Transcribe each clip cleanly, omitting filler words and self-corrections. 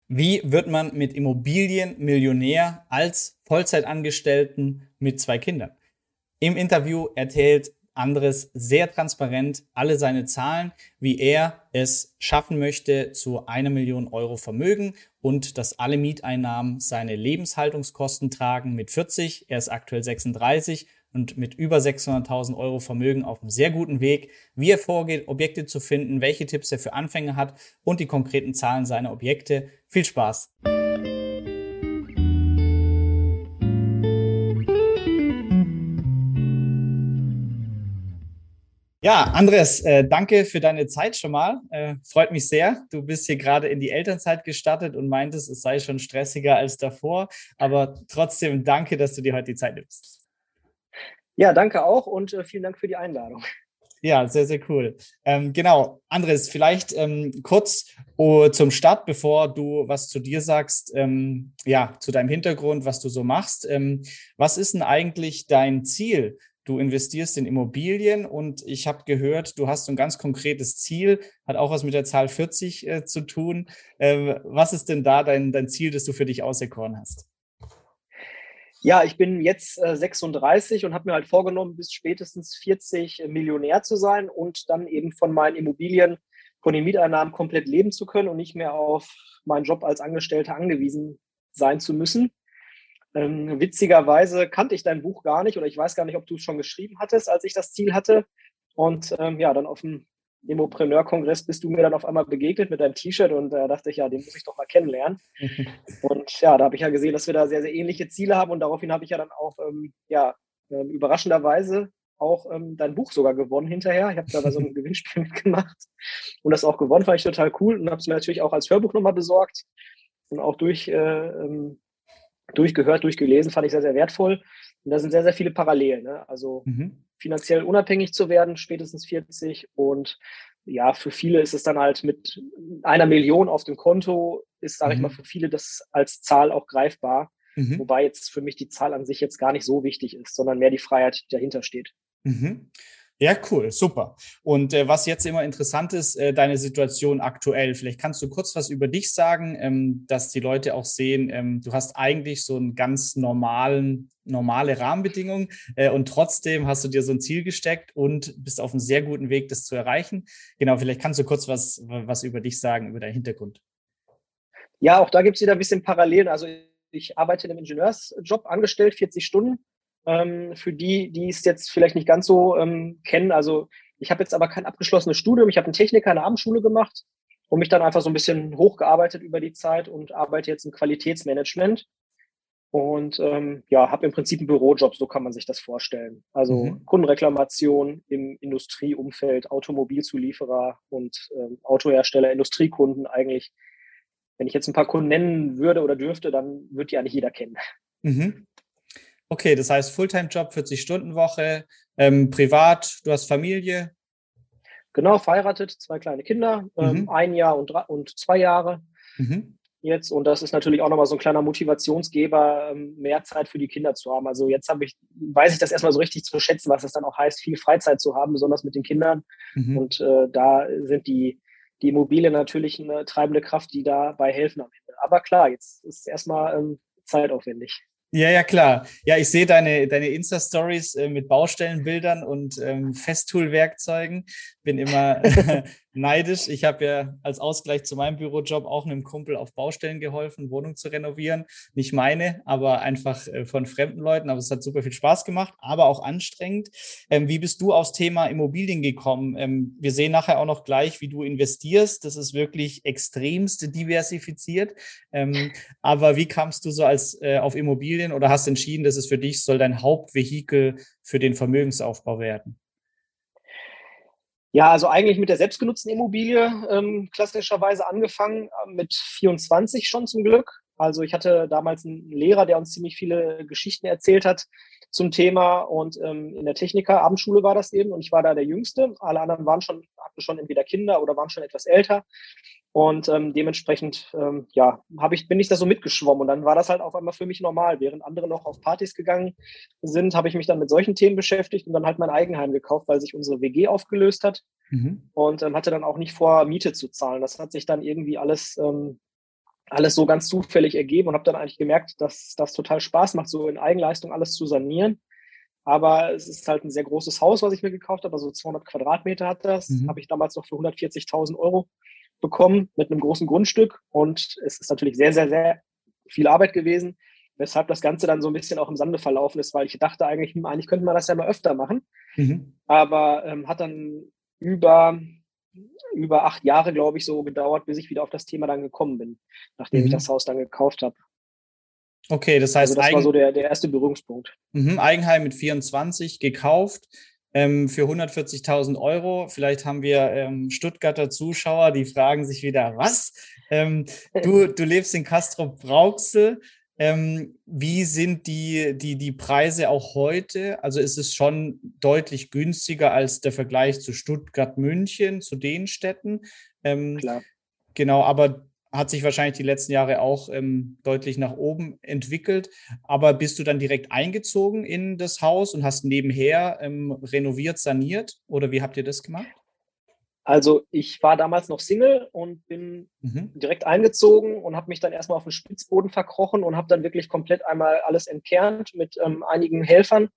Wie wird man mit Immobilien Millionär als Vollzeitangestellten mit 2 Kindern? Im Interview erzählt Andres sehr transparent alle seine Zahlen, wie er es schaffen möchte zu 1 Million Euro Vermögen und dass alle Mieteinnahmen seine Lebenshaltungskosten tragen mit 40. Er ist aktuell 36 und mit über 600.000 Euro Vermögen auf einem sehr guten Weg, wie er vorgeht, Objekte zu finden, welche Tipps er für Anfänger hat und die konkreten Zahlen seiner Objekte. Viel Spaß! Ja, Andres, danke für deine Zeit schon mal. Freut mich sehr. Du bist hier gerade in die Elternzeit gestartet und meintest, es sei schon stressiger als davor. Aber trotzdem danke, dass du dir heute die Zeit nimmst. Ja, danke auch und vielen Dank für die Einladung. Ja, sehr, sehr cool. Genau, Andres, vielleicht kurz zum Start, bevor du was zu dir sagst, ja, zu deinem Hintergrund, was du so machst. Was ist denn eigentlich dein Ziel? Du investierst in Immobilien und ich habe gehört, du hast so ein ganz konkretes Ziel, hat auch was mit der Zahl 40 zu tun. Was ist denn da dein Ziel, das du für dich auserkoren hast? Ja, ich bin jetzt 36 und habe mir halt vorgenommen, bis spätestens 40 Millionär zu sein und dann eben von meinen Immobilien, von den Mieteinnahmen komplett leben zu können und nicht mehr auf meinen Job als Angestellter angewiesen sein zu müssen. Witzigerweise kannte ich dein Buch gar nicht oder ich weiß gar nicht, ob du es schon geschrieben hattest, als ich das Ziel hatte. Und ja, dann auf dem Immopreneur-Kongress bist du mir dann auf einmal begegnet mit deinem T-Shirt und da dachte ich, ja, den muss ich doch mal kennenlernen. Und ja, da habe ich ja gesehen, dass wir da sehr, sehr ähnliche Ziele haben und daraufhin habe ich ja dann auch überraschenderweise auch dein Buch sogar gewonnen hinterher. Ich habe da bei so einem Gewinnspiel mitgemacht und das auch gewonnen, fand ich total cool und habe es mir natürlich auch als Hörbuch nochmal besorgt und auch durchgehört, durchgelesen, fand ich sehr, sehr wertvoll. Und da sind sehr, sehr viele Parallelen. Ne? Also Mhm. finanziell unabhängig zu werden, spätestens 40. Und ja, für viele ist es dann halt mit 1 Million auf dem Konto, ist, sage ich mal, Mhm. für viele das als Zahl auch greifbar. Mhm. Wobei jetzt für mich die Zahl an sich jetzt gar nicht so wichtig ist, sondern mehr die Freiheit, die dahinter steht. Mhm. Ja, cool, super. Und was jetzt immer interessant ist, deine Situation aktuell. Vielleicht kannst du kurz was über dich sagen, dass die Leute auch sehen, du hast eigentlich so einen ganz normale Rahmenbedingungen und trotzdem hast du dir so ein Ziel gesteckt und bist auf einem sehr guten Weg, das zu erreichen. Genau, vielleicht kannst du kurz was über dich sagen, über deinen Hintergrund. Ja, auch da gibt es wieder ein bisschen Parallelen. Also ich arbeite in einem Ingenieursjob angestellt, 40 Stunden. Für die, die es jetzt vielleicht nicht ganz so kennen. Also ich habe jetzt aber kein abgeschlossenes Studium. Ich habe einen Techniker in der Abendschule gemacht und mich dann einfach so ein bisschen hochgearbeitet über die Zeit und arbeite jetzt im Qualitätsmanagement. Und ja, habe im Prinzip einen Bürojob, so kann man sich das vorstellen. Also Mhm. Kundenreklamation im Industrieumfeld, Automobilzulieferer und Autohersteller, Industriekunden eigentlich. Wenn ich jetzt ein paar Kunden nennen würde oder dürfte, dann wird die eigentlich jeder kennen. Mhm. Okay, das heißt Fulltime-Job, 40-Stunden-Woche, privat, du hast Familie. Genau, verheiratet, 2 kleine Kinder, Mhm. 1 Jahr und 2 Jahre Mhm. jetzt. Und das ist natürlich auch nochmal so ein kleiner Motivationsgeber, mehr Zeit für die Kinder zu haben. Also jetzt weiß ich das erstmal so richtig zu schätzen, was es dann auch heißt, viel Freizeit zu haben, besonders mit den Kindern. Mhm. Und da sind die Immobilien natürlich eine treibende Kraft, die dabei helfen am Ende. Aber klar, jetzt ist es erstmal zeitaufwendig. Ja, ja, klar. Ja, ich sehe deine Insta-Stories mit Baustellenbildern und Festool-Werkzeugen. Bin immer neidisch. Ich habe ja als Ausgleich zu meinem Bürojob auch einem Kumpel auf Baustellen geholfen, Wohnung zu renovieren. Nicht meine, aber einfach von fremden Leuten. Aber es hat super viel Spaß gemacht, aber auch anstrengend. Wie bist du aufs Thema Immobilien gekommen? Wir sehen nachher auch noch gleich, wie du investierst. Das ist wirklich extremst diversifiziert. Aber wie kamst du so auf Immobilien oder hast entschieden, dass es für dich soll dein Hauptvehikel für den Vermögensaufbau werden? Ja, also eigentlich mit der selbstgenutzten Immobilie klassischerweise angefangen, mit 24 schon zum Glück. Also ich hatte damals einen Lehrer, der uns ziemlich viele Geschichten erzählt hat zum Thema und in der Techniker-Abendschule war das eben und ich war da der Jüngste. Alle anderen hatten schon entweder Kinder oder waren schon etwas älter und dementsprechend ja, bin ich da so mitgeschwommen und dann war das halt auf einmal für mich normal. Während andere noch auf Partys gegangen sind, habe ich mich dann mit solchen Themen beschäftigt und dann halt mein Eigenheim gekauft, weil sich unsere WG aufgelöst hat Mhm. und hatte dann auch nicht vor, Miete zu zahlen. Das hat sich dann irgendwie alles alles so ganz zufällig ergeben und habe dann eigentlich gemerkt, dass das total Spaß macht, so in Eigenleistung alles zu sanieren. Aber es ist halt ein sehr großes Haus, was ich mir gekauft habe. Also 200 Quadratmeter hat das. Habe Mhm. ich damals noch für 140.000 Euro bekommen mit einem großen Grundstück. Und es ist natürlich sehr, sehr, sehr viel Arbeit gewesen, weshalb das Ganze dann so ein bisschen auch im Sande verlaufen ist, weil ich dachte eigentlich könnte man das ja mal öfter machen. Mhm. Aber hat dann über, über 8 Jahre, glaube ich, so gedauert, bis ich wieder auf das Thema dann gekommen bin, nachdem ich das Mhm. Haus dann gekauft habe. Okay, das Also heißt das war so der erste Berührungspunkt. Eigenheim mit 24 gekauft für 140.000 Euro. Vielleicht haben wir Stuttgarter Zuschauer, die fragen sich wieder, was? Du lebst in Castrop-Rauxel. Wie sind die Preise auch heute? Also ist es schon deutlich günstiger als der Vergleich zu Stuttgart, München, zu den Städten? Ähm, Klar. genau, aber hat sich wahrscheinlich die letzten Jahre auch deutlich nach oben entwickelt. Aber bist du dann direkt eingezogen in das Haus und hast nebenher renoviert, saniert? Oder wie habt ihr das gemacht? Also ich war damals noch Single und bin Mhm. direkt eingezogen und habe mich dann erstmal auf den Spitzboden verkrochen und habe dann wirklich komplett einmal alles entkernt mit einigen Helfern.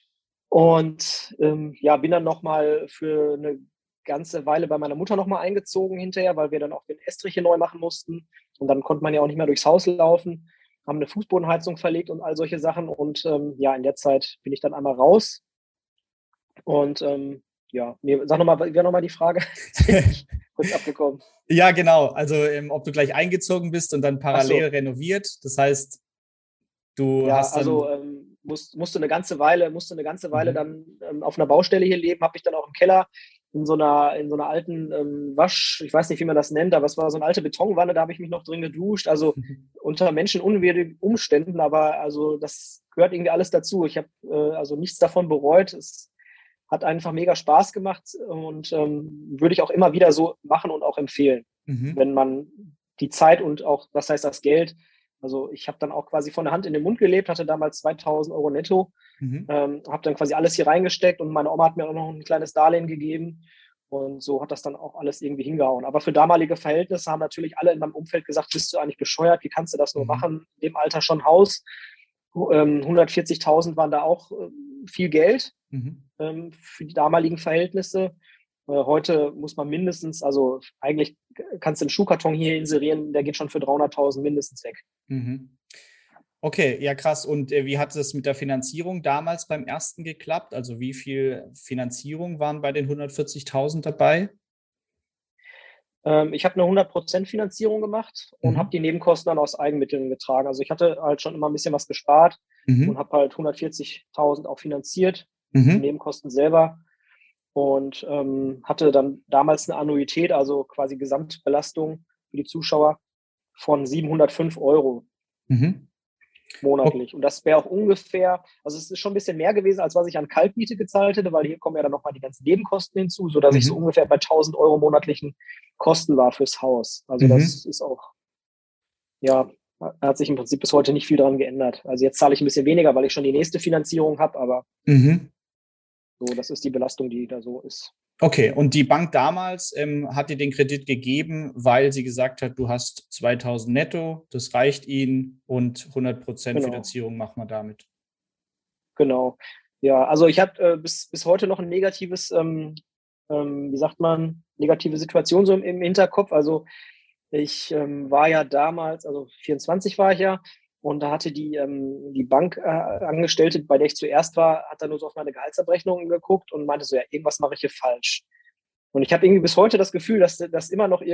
Und ja, bin dann nochmal für eine ganze Weile bei meiner Mutter nochmal eingezogen hinterher, weil wir dann auch den Estrich hier neu machen mussten. Und dann konnte man ja auch nicht mehr durchs Haus laufen, haben eine Fußbodenheizung verlegt und all solche Sachen. Und ja, in der Zeit bin ich dann einmal raus. Und ja, nee, sag nochmal, wie war nochmal die Frage? Jetzt bin ich kurz abgekommen. Ja, genau. Also, ob du gleich eingezogen bist und dann Ach parallel so, renoviert. Das heißt, du ja, hast also dann. musste eine ganze Weile Mhm. dann auf einer Baustelle hier leben, habe ich dann auch im Keller in so einer alten ich weiß nicht, wie man das nennt, aber es war so eine alte Betonwanne, da habe ich mich noch drin geduscht, also unter menschenunwürdigen Umständen, aber also das gehört irgendwie alles dazu. Ich habe also nichts davon bereut. Es hat einfach mega Spaß gemacht und würde ich auch immer wieder so machen und auch empfehlen, Mhm. wenn man die Zeit und auch, was heißt das Geld, also ich habe dann auch quasi von der Hand in den Mund gelebt, hatte damals 2.000 Euro netto, Mhm. habe dann quasi alles hier reingesteckt und meine Oma hat mir auch noch ein kleines Darlehen gegeben und so hat das dann auch alles irgendwie hingehauen. Aber für damalige Verhältnisse haben natürlich alle in meinem Umfeld gesagt, bist du eigentlich bescheuert, wie kannst du das nur Mhm. machen, in dem Alter schon Haus. 140.000 waren da auch viel Geld Mhm. für die damaligen Verhältnisse. Heute muss man mindestens, also eigentlich kannst du einen Schuhkarton hier inserieren, der geht schon für 300.000 mindestens weg. Mhm. Okay, ja krass. Und wie hat es mit der Finanzierung damals beim ersten geklappt? Also wie viel Finanzierung waren bei den 140.000 dabei? Ich habe eine 100% Finanzierung gemacht und habe Mhm. die Nebenkosten dann aus Eigenmitteln getragen. Also ich hatte halt schon immer ein bisschen was gespart und Mhm. habe halt 140.000 auch finanziert, die Mhm. Nebenkosten selber. Und hatte dann damals eine Annuität, also quasi Gesamtbelastung für die Zuschauer von 705 Euro Mhm. O- monatlich. Und das wäre auch ungefähr, also es ist schon ein bisschen mehr gewesen, als was ich an Kaltmiete gezahlt hätte, weil hier kommen ja dann nochmal die ganzen Nebenkosten hinzu, sodass ich so Mhm. ungefähr bei 1.000 Euro monatlichen Kosten war fürs Haus. Also das Mhm. ist auch, ja, hat sich im Prinzip bis heute nicht viel daran geändert. Also jetzt zahle ich ein bisschen weniger, weil ich schon die nächste Finanzierung habe, aber Mhm. so, das ist die Belastung, die da so ist. Okay, und die Bank damals hat dir den Kredit gegeben, weil sie gesagt hat, du hast 2.000 netto, das reicht ihnen und 100% Genau, Finanzierung machen wir damit. genau. Ja, also ich habe bis heute noch ein negatives, wie sagt man, negative Situation so im Hinterkopf. Also ich war ja damals, also 24 war ich ja, und da hatte die Bankangestellte, bei der ich zuerst war, hat dann nur so auf meine Gehaltsabrechnungen geguckt und meinte so, ja, irgendwas mache ich hier falsch. Und ich habe irgendwie bis heute das Gefühl, dass das immer noch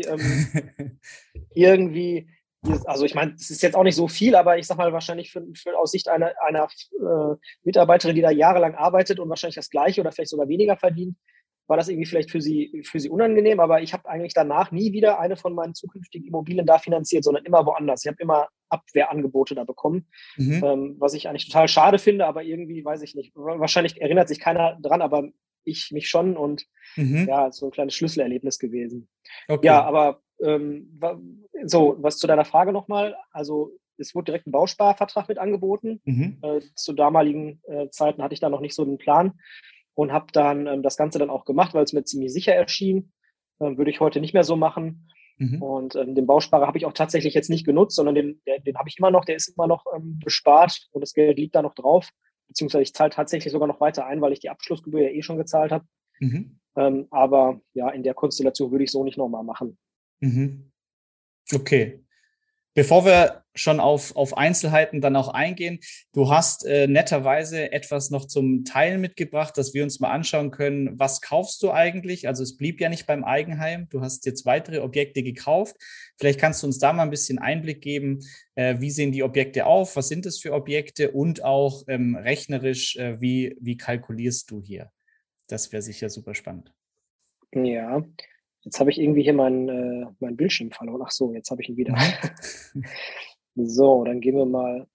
irgendwie, also ich meine, es ist jetzt auch nicht so viel, aber ich sag mal wahrscheinlich für aus Sicht einer Mitarbeiterin, die da jahrelang arbeitet und wahrscheinlich das Gleiche oder vielleicht sogar weniger verdient, war das irgendwie vielleicht für sie unangenehm, aber ich habe eigentlich danach nie wieder eine von meinen zukünftigen Immobilien da finanziert, sondern immer woanders. Ich habe immer Abwehrangebote da bekommen, Mhm. was ich eigentlich total schade finde, aber irgendwie weiß ich nicht. Wahrscheinlich erinnert sich keiner dran, aber ich mich schon und Mhm. ja, so ein kleines Schlüsselerlebnis gewesen. Ja, Okay. aber so, was zu deiner Frage nochmal. Also es wurde direkt ein Bausparvertrag mit angeboten. Mhm. Zu damaligen Zeiten hatte ich da noch nicht so einen Plan und habe dann das Ganze dann auch gemacht, weil es mir ziemlich sicher erschien. Würde ich heute nicht mehr so machen. Und den Bausparer habe ich auch tatsächlich jetzt nicht genutzt, sondern den habe ich immer noch, der ist immer noch bespart und das Geld liegt da noch drauf. Beziehungsweise ich zahle tatsächlich sogar noch weiter ein, weil ich die Abschlussgebühr ja eh schon gezahlt habe. Aber ja, in der Konstellation würde ich so nicht nochmal machen. Okay. Bevor wir schon auf Einzelheiten dann auch eingehen, du hast netterweise etwas noch zum Teilen mitgebracht, dass wir uns mal anschauen können, was kaufst du eigentlich? Also es blieb ja nicht beim Eigenheim, du hast jetzt weitere Objekte gekauft. Vielleicht kannst du uns da mal ein bisschen Einblick geben, wie sehen die Objekte auf, was sind das für Objekte und auch rechnerisch, wie kalkulierst du hier? Das wäre sicher super spannend. Ja, jetzt habe ich irgendwie hier mein Bildschirm verloren. Ach so, jetzt habe ich ihn wieder. So, dann gehen wir mal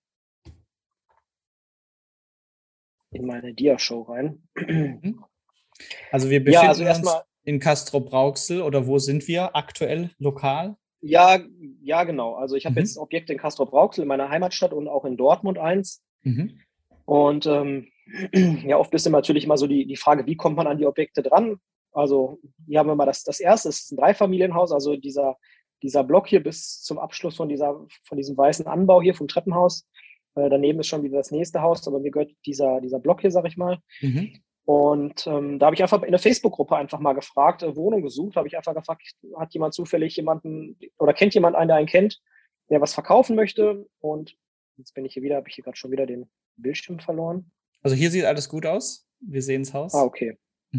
in meine Dia-Show rein. Also wir befinden uns in Castrop-Rauxel oder wo sind wir aktuell lokal? Ja, genau. Also ich habe jetzt Objekte in Castrop-Rauxel in meiner Heimatstadt und auch in Dortmund eins. Und ja, oft ist natürlich immer so die Frage, wie kommt man an die Objekte dran? Also hier haben wir mal das erste, das ist ein Dreifamilienhaus, also dieser Block hier bis zum Abschluss von diesem weißen Anbau hier vom Treppenhaus. Daneben ist schon wieder das nächste Haus, aber mir gehört dieser Block hier, sag ich mal. Und da habe ich einfach in der Facebook-Gruppe einfach mal gefragt, Wohnung gesucht, habe ich einfach gefragt, hat jemand zufällig jemanden oder kennt jemand einen, der einen kennt, der was verkaufen möchte? Und jetzt bin ich hier wieder, habe ich hier gerade schon wieder den Bildschirm verloren. Also hier sieht alles gut aus. Wir sehen das Haus. Ah, okay.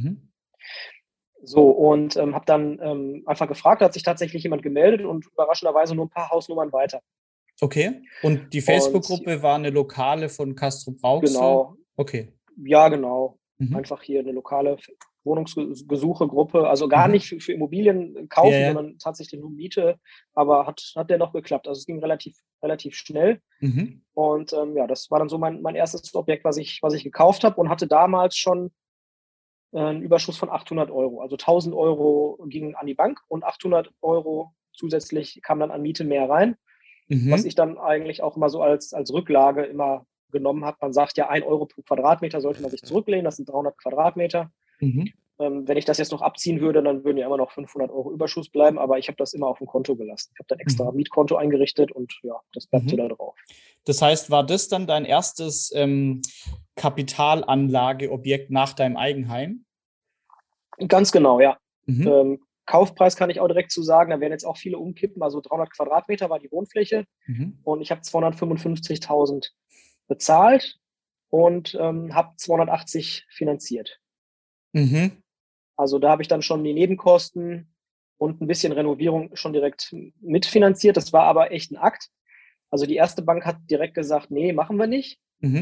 So, und habe dann einfach gefragt, da hat sich tatsächlich jemand gemeldet und überraschenderweise nur ein paar Hausnummern weiter. Okay. Und die Facebook-Gruppe war eine lokale von Castrop-Rauxel? Genau. Okay. Ja, genau. Einfach hier eine lokale Wohnungsgesuche-Gruppe, also gar nicht für Immobilien kaufen, sondern tatsächlich nur Miete, aber hat dennoch geklappt. Also es ging relativ schnell. Und ja, das war dann so mein erstes Objekt, was ich gekauft habe und hatte damals schon einen Überschuss von 800 Euro. Also 1000 Euro gingen an die Bank und 800 Euro zusätzlich kam dann an Miete mehr rein, was ich dann eigentlich auch immer so als Rücklage immer genommen habe. Man sagt ja, 1 Euro pro Quadratmeter sollte man sich zurücklehnen, das sind 300 Quadratmeter. Wenn ich das jetzt noch abziehen würde, dann würden ja immer noch 500 Euro Überschuss bleiben, aber ich habe das immer auf dem Konto gelassen. Ich habe dann extra Mietkonto eingerichtet und ja, das bleibt so da drauf. Das heißt, war das dann dein erstes Kapitalanlageobjekt nach deinem Eigenheim? Ganz genau, ja. Kaufpreis kann ich auch direkt zu sagen, da werden jetzt auch viele umkippen, also 300 Quadratmeter war die Wohnfläche und ich habe 255.000 bezahlt und habe 280 finanziert. Also da habe ich dann schon die Nebenkosten und ein bisschen Renovierung schon direkt mitfinanziert. Das war aber echt ein Akt. Also die erste Bank hat direkt gesagt, nee, machen wir nicht.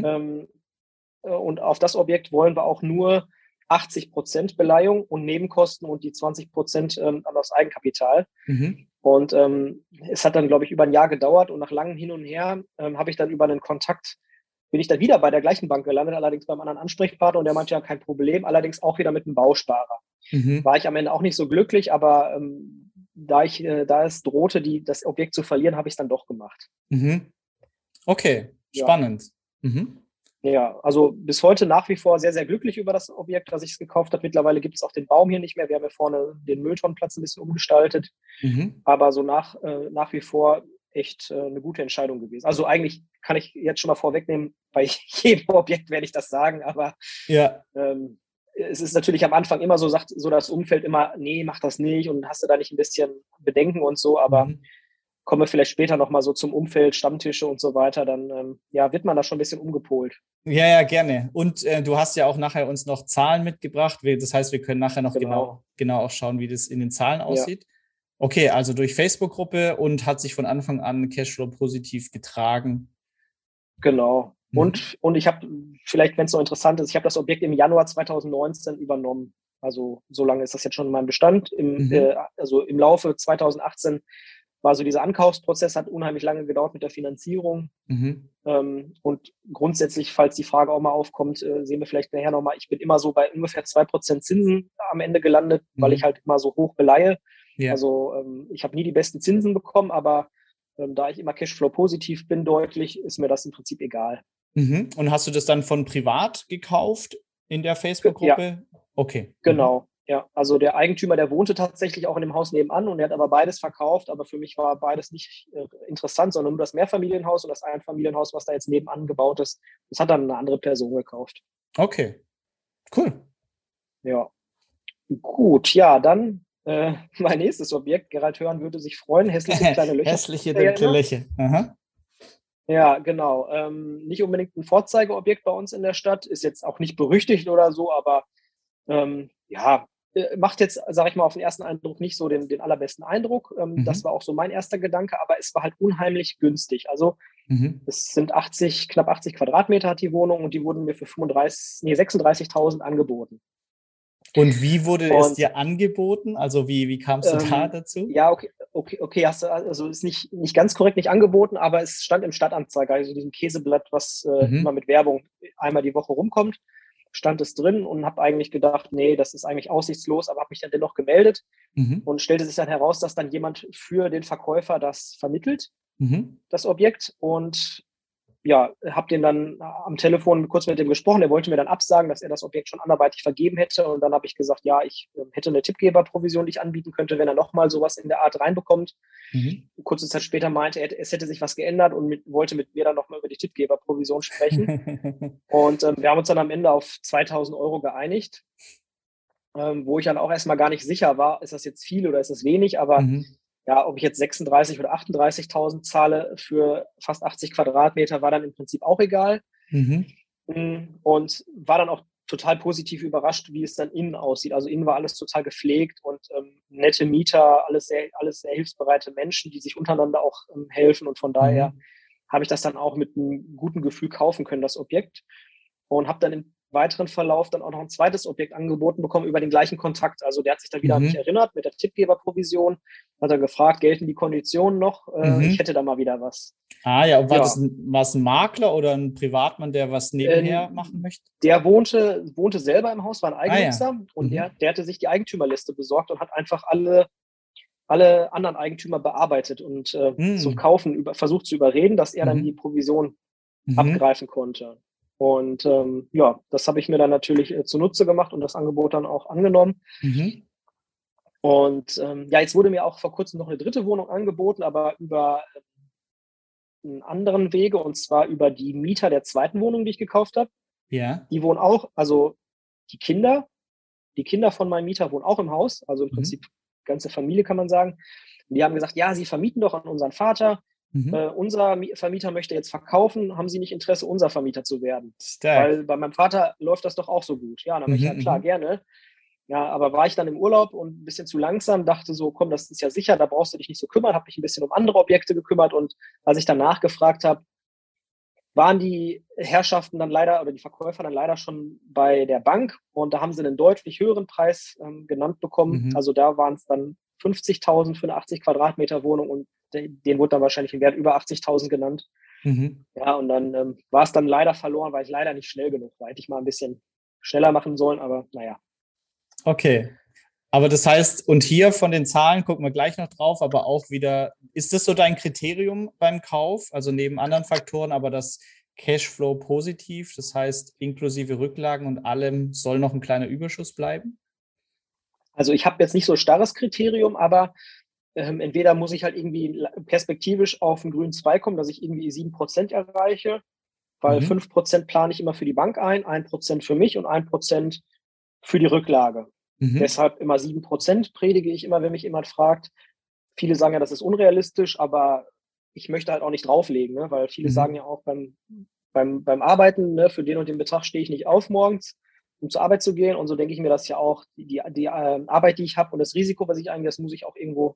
Und auf das Objekt wollen wir auch nur 80% Beleihung und Nebenkosten und die 20% aus Eigenkapital. Und es hat dann, glaube ich, über ein Jahr gedauert und nach langem Hin und Her habe ich dann über einen Kontakt, bin ich dann wieder bei der gleichen Bank gelandet, allerdings beim anderen Ansprechpartner und der meinte ja kein Problem, allerdings auch wieder mit einem Bausparer. War ich am Ende auch nicht so glücklich, aber da es drohte, das Objekt zu verlieren, habe ich es dann doch gemacht. Okay, spannend. Ja, also bis heute nach wie vor sehr, sehr glücklich über das Objekt, das ich es gekauft habe. Mittlerweile gibt es auch den Baum hier nicht mehr. Wir haben ja vorne den Mülltonnenplatz ein bisschen umgestaltet. Aber so nach wie vor echt eine gute Entscheidung gewesen. Also eigentlich kann ich jetzt schon mal vorwegnehmen, bei jedem Objekt werde ich das sagen, aber es ist natürlich am Anfang immer so, sagt so das Umfeld immer, nee, mach das nicht und hast du da nicht ein bisschen Bedenken und so, aber kommen wir vielleicht später nochmal so zum Umfeld, Stammtische und so weiter, dann wird man da schon ein bisschen umgepolt. Ja, gerne. Und du hast ja auch nachher uns noch Zahlen mitgebracht. Das heißt, wir können nachher noch genau auch schauen, wie das in den Zahlen aussieht. Ja. Okay, also durch Facebook-Gruppe und hat sich von Anfang an Cashflow positiv getragen. Genau. Und ich habe, vielleicht, wenn es noch interessant ist, ich habe das Objekt im Januar 2019 übernommen. Also so lange ist das jetzt schon in meinem Bestand. Also im Laufe 2018 war so dieser Ankaufsprozess, hat unheimlich lange gedauert mit der Finanzierung. Und grundsätzlich, falls die Frage auch mal aufkommt, sehen wir vielleicht nachher nochmal, ich bin immer so bei ungefähr 2% Zinsen am Ende gelandet, weil ich halt immer so hoch beleihe. Ja. Also ich habe nie die besten Zinsen bekommen, aber da ich immer Cashflow positiv bin, deutlich, ist mir das im Prinzip egal. Und hast du das dann von privat gekauft in der Facebook-Gruppe? Ja. Okay. Genau. Ja, also der Eigentümer, der wohnte tatsächlich auch in dem Haus nebenan und er hat aber beides verkauft, aber für mich war beides nicht interessant, sondern nur das Mehrfamilienhaus und das Einfamilienhaus, was da jetzt nebenan gebaut ist, das hat dann eine andere Person gekauft. Okay, cool. Ja, gut, ja, dann mein nächstes Objekt. Gerald Hörn würde sich freuen, hässliche kleine Löcher. Hässliche dunkle Löcher. Aha. Ja, genau. Nicht unbedingt ein Vorzeigeobjekt bei uns in der Stadt, ist jetzt auch nicht berüchtigt oder so, aber ja, macht jetzt, sage ich mal, auf den ersten Eindruck nicht so den allerbesten Eindruck. Das war auch so mein erster Gedanke, aber es war halt unheimlich günstig. Also es sind knapp 80 Quadratmeter hat die Wohnung und die wurden mir für 36.000 angeboten. Und wie wurde es Und dir angeboten? Also wie kamst du da dazu? ja, okay, hast du, also ist nicht ganz korrekt nicht angeboten, aber es stand im Stadtanzeiger, also diesem Käseblatt, was immer mit Werbung einmal die Woche rumkommt, stand es drin und habe eigentlich gedacht, nee, das ist eigentlich aussichtslos, aber habe mich dann dennoch gemeldet und stellte sich dann heraus, dass dann jemand für den Verkäufer das vermittelt, das Objekt, und ja, habe den dann am Telefon kurz mit dem gesprochen. Der wollte mir dann absagen, dass er das Objekt schon anderweitig vergeben hätte. Und dann habe ich gesagt, ja, ich hätte eine Tippgeberprovision, die ich anbieten könnte, wenn er nochmal sowas in der Art reinbekommt. Kurze Zeit später meinte er, es hätte sich was geändert und wollte mit mir dann nochmal über die Tippgeberprovision sprechen. Und wir haben uns dann am Ende auf 2.000 Euro geeinigt, wo ich dann auch erstmal gar nicht sicher war, ist das jetzt viel oder ist das wenig, aber ja, ob ich jetzt 36.000 oder 38.000 zahle für fast 80 Quadratmeter, war dann im Prinzip auch egal. Und war dann auch total positiv überrascht, wie es dann innen aussieht. Also innen war alles total gepflegt und nette Mieter, alles sehr hilfsbereite Menschen, die sich untereinander auch helfen. Und von daher habe ich das dann auch mit einem guten Gefühl kaufen können, das Objekt. Und habe dann im weiteren Verlauf dann auch noch ein zweites Objekt angeboten bekommen über den gleichen Kontakt. Also der hat sich dann wieder an mich erinnert mit der Tippgeberprovision, hat er gefragt, gelten die Konditionen noch? Ich hätte da mal wieder was. Ah ja, war es ein Makler oder ein Privatmann, der was nebenher machen möchte? Der wohnte selber im Haus, war ein Eigennutzer und der hatte sich die Eigentümerliste besorgt und hat einfach alle anderen Eigentümer bearbeitet und zum Kaufen versucht zu überreden, dass er dann die Provision abgreifen konnte. Und ja, das habe ich mir dann natürlich zunutze gemacht und das Angebot dann auch angenommen. Und ja, jetzt wurde mir auch vor kurzem noch eine dritte Wohnung angeboten, aber über einen anderen Wege, und zwar über die Mieter der zweiten Wohnung, die ich gekauft habe. Ja. Die wohnen auch, also die Kinder von meinem Mieter wohnen auch im Haus, also im Prinzip ganze Familie, kann man sagen. Und die haben gesagt, ja, sie vermieten doch an unseren Vater. Unser Vermieter möchte jetzt verkaufen, haben Sie nicht Interesse, unser Vermieter zu werden? Stark. Weil bei meinem Vater läuft das doch auch so gut. Ja, dann habe ich ja klar, gerne. Ja, aber war ich dann im Urlaub und ein bisschen zu langsam, dachte so, komm, das ist ja sicher, da brauchst du dich nicht so kümmern, habe mich ein bisschen um andere Objekte gekümmert und als ich dann nachgefragt habe, waren die Herrschaften dann leider oder die Verkäufer dann leider schon bei der Bank und da haben sie einen deutlich höheren Preis genannt bekommen. Also da waren es dann 50.000 für eine 80 Quadratmeter Wohnung und den wurde dann wahrscheinlich im Wert über 80.000 genannt. Ja, und dann war es dann leider verloren, weil ich leider nicht schnell genug war. Hätte ich mal ein bisschen schneller machen sollen, aber naja. Okay. Aber das heißt, und hier von den Zahlen gucken wir gleich noch drauf, aber auch wieder, ist das so dein Kriterium beim Kauf? Also neben anderen Faktoren, aber das Cashflow positiv, das heißt inklusive Rücklagen und allem soll noch ein kleiner Überschuss bleiben? Also ich habe jetzt nicht so ein starres Kriterium, aber entweder muss ich halt irgendwie perspektivisch auf einen grünen Zweig kommen, dass ich irgendwie 7% erreiche, weil 5% plane ich immer für die Bank ein, 1% für mich und 1% für die Rücklage. Deshalb immer 7% predige ich immer, wenn mich jemand fragt. Viele sagen ja, das ist unrealistisch, aber ich möchte halt auch nicht drauflegen, ne? Weil viele sagen ja auch beim Arbeiten, ne, für den und den Betrag stehe ich nicht auf morgens, um zur Arbeit zu gehen. Und so denke ich mir das ja auch, die Arbeit, die ich habe und das Risiko, was ich eingehe, das muss ich auch irgendwo,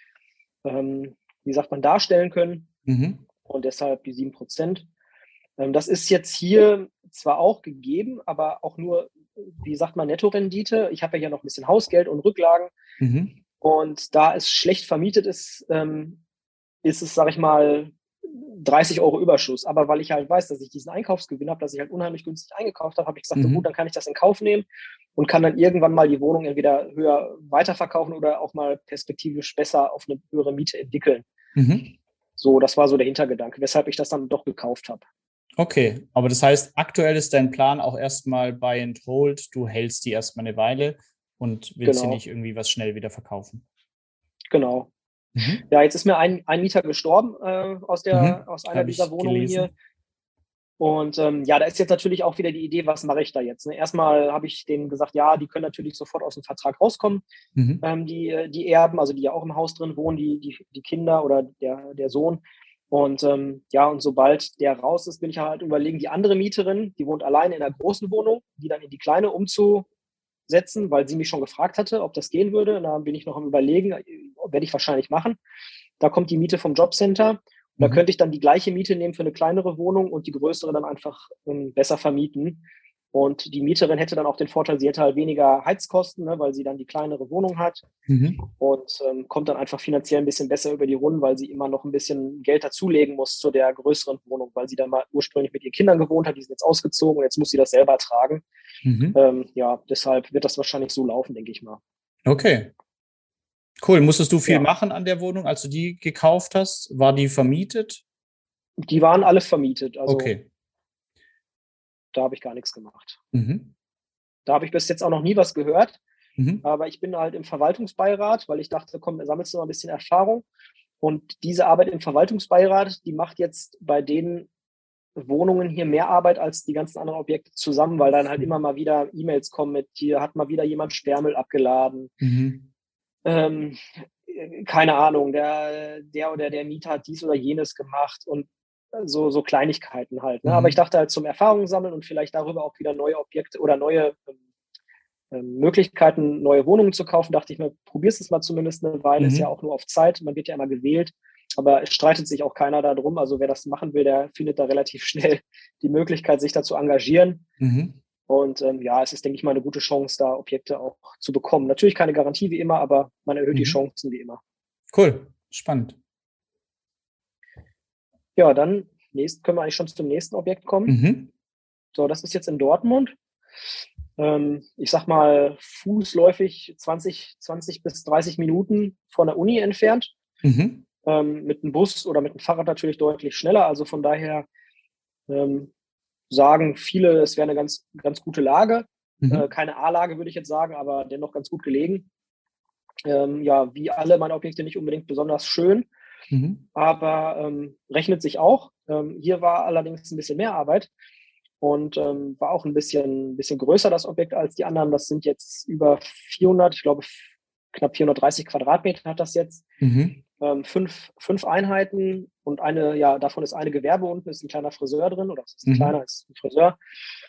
wie sagt man, darstellen können. Und deshalb die 7%. Das ist jetzt hier zwar auch gegeben, aber auch nur, wie sagt man, Nettorendite. Ich habe ja hier noch ein bisschen Hausgeld und Rücklagen. Und da es schlecht vermietet ist, ist es, sage ich mal, 30 Euro Überschuss. Aber weil ich halt weiß, dass ich diesen Einkaufsgewinn habe, dass ich halt unheimlich günstig eingekauft habe, habe ich gesagt, so gut, dann kann ich das in Kauf nehmen und kann dann irgendwann mal die Wohnung entweder höher weiterverkaufen oder auch mal perspektivisch besser auf eine höhere Miete entwickeln. So, das war so der Hintergedanke, weshalb ich das dann doch gekauft habe. Okay, aber das heißt, aktuell ist dein Plan auch erstmal Buy and Hold, du hältst die erstmal eine Weile und willst dir Genau, nicht irgendwie was schnell wieder verkaufen. genau. Mhm. Ja, jetzt ist mir ein Mieter gestorben Mhm. aus einer Habe dieser ich Wohnungen hier. gelesen. Und ja, da ist jetzt natürlich auch wieder die Idee, was mache ich da jetzt? Ne? Erstmal habe ich denen gesagt, ja, die können natürlich sofort aus dem Vertrag rauskommen, Mhm. die Erben, also die ja auch im Haus drin wohnen, die Kinder oder der Sohn. Und ja, und sobald der raus ist, bin ich halt überlegen, die andere Mieterin, die wohnt alleine in einer großen Wohnung, die dann in die kleine umzusetzen, weil sie mich schon gefragt hatte, ob das gehen würde. Und da bin ich noch am Überlegen, werde ich wahrscheinlich machen. Da kommt die Miete vom Jobcenter. Und da Mhm. könnte ich dann die gleiche Miete nehmen für eine kleinere Wohnung und die größere dann einfach besser vermieten. Und die Mieterin hätte dann auch den Vorteil, sie hätte halt weniger Heizkosten, ne, weil sie dann die kleinere Wohnung hat Mhm. und kommt dann einfach finanziell ein bisschen besser über die Runden, weil sie immer noch ein bisschen Geld dazulegen muss zu der größeren Wohnung, weil sie dann mal ursprünglich mit ihren Kindern gewohnt hat, die sind jetzt ausgezogen und jetzt muss sie das selber tragen. Mhm. Ja, deshalb wird das wahrscheinlich so laufen, denke ich mal. Okay, cool. Musstest du viel Ja, machen an der Wohnung, als du die gekauft hast? War die vermietet? die waren alle vermietet, also Okay. da habe ich gar nichts gemacht. Mhm. Da habe ich bis jetzt auch noch nie was gehört. Mhm. Aber ich bin halt im Verwaltungsbeirat, weil ich dachte, komm, sammelst du mal ein bisschen Erfahrung. Und diese Arbeit im Verwaltungsbeirat, die macht jetzt bei den Wohnungen hier mehr Arbeit als die ganzen anderen Objekte zusammen, weil dann halt immer mal wieder E-Mails kommen mit, hier hat mal wieder jemand Sperrmüll abgeladen. Mhm. Ähm, keine Ahnung, der oder der Mieter hat dies oder jenes gemacht und so Kleinigkeiten halt. Ne? Aber ich Mhm. dachte halt zum Erfahrung sammeln und vielleicht darüber auch wieder neue Objekte oder neue Möglichkeiten, neue Wohnungen zu kaufen, dachte ich mir, probier's es mal zumindest eine Weile, ist ja Mhm. auch nur auf Zeit, man wird ja immer gewählt, aber es streitet sich auch keiner darum, also wer das machen will, der findet da relativ schnell die Möglichkeit, sich da zu engagieren Mhm. und ja, es ist, denke ich mal, eine gute Chance, da Objekte auch zu bekommen. Natürlich keine Garantie wie immer, aber man erhöht die Mhm. Chancen wie immer. Cool. Spannend. Ja, dann können wir eigentlich schon zum nächsten Objekt kommen. Mhm. So, das ist jetzt in Dortmund. Ich sag mal, fußläufig 20 bis 30 Minuten von der Uni entfernt. Mhm. Mit dem Bus oder mit dem Fahrrad natürlich deutlich schneller. Also von daher ähm, sagen viele, es wäre eine ganz gute Lage. Mhm. Keine A-Lage, würde ich jetzt sagen, aber dennoch ganz gut gelegen. Ja, wie alle meine Objekte nicht unbedingt besonders schön, Mhm. aber rechnet sich auch. Hier war allerdings ein bisschen mehr Arbeit und war auch ein bisschen größer das Objekt als die anderen. Das sind jetzt über 400, ich glaube knapp 430 Quadratmeter hat das jetzt. Mhm. Fünf Einheiten und ja, davon ist eine Gewerbe unten, ist ein kleiner Friseur drin, oder es ist ein Mhm. kleiner, ist ein Friseur.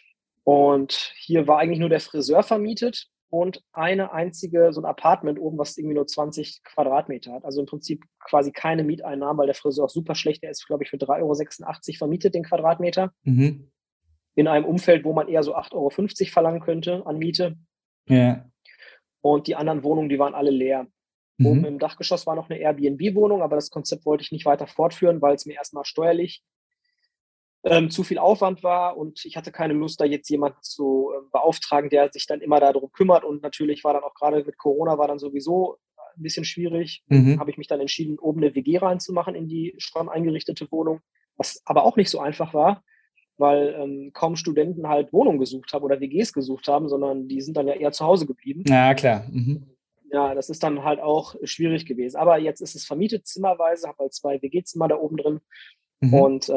Und hier war eigentlich nur der Friseur vermietet und eine einzige, so ein Apartment oben, was irgendwie nur 20 Quadratmeter hat. Also im Prinzip quasi keine Mieteinnahmen, weil der Friseur auch super schlecht, der ist, glaube ich, für 3,86 € vermietet, den Quadratmeter. Mhm. In einem Umfeld, wo man eher so 8,50 € verlangen könnte an Miete. Ja. Und die anderen Wohnungen, die waren alle leer. Oben Mhm. im Dachgeschoss war noch eine Airbnb-Wohnung, aber das Konzept wollte ich nicht weiter fortführen, weil es mir erstmal steuerlich zu viel Aufwand war und ich hatte keine Lust, da jetzt jemanden zu beauftragen, der sich dann immer darum kümmert. Und natürlich war dann auch gerade mit Corona war dann sowieso ein bisschen schwierig. Mhm. Habe ich mich dann entschieden, oben eine WG reinzumachen in die schon eingerichtete Wohnung, was aber auch nicht so einfach war, weil kaum Studenten halt Wohnungen gesucht haben oder WGs gesucht haben, sondern die sind dann ja eher zu Hause geblieben. Ja, klar. Mhm. Ja, das ist dann halt auch schwierig gewesen. Aber jetzt ist es vermietet zimmerweise, habe halt 2 WG-Zimmer da oben drin Mhm. und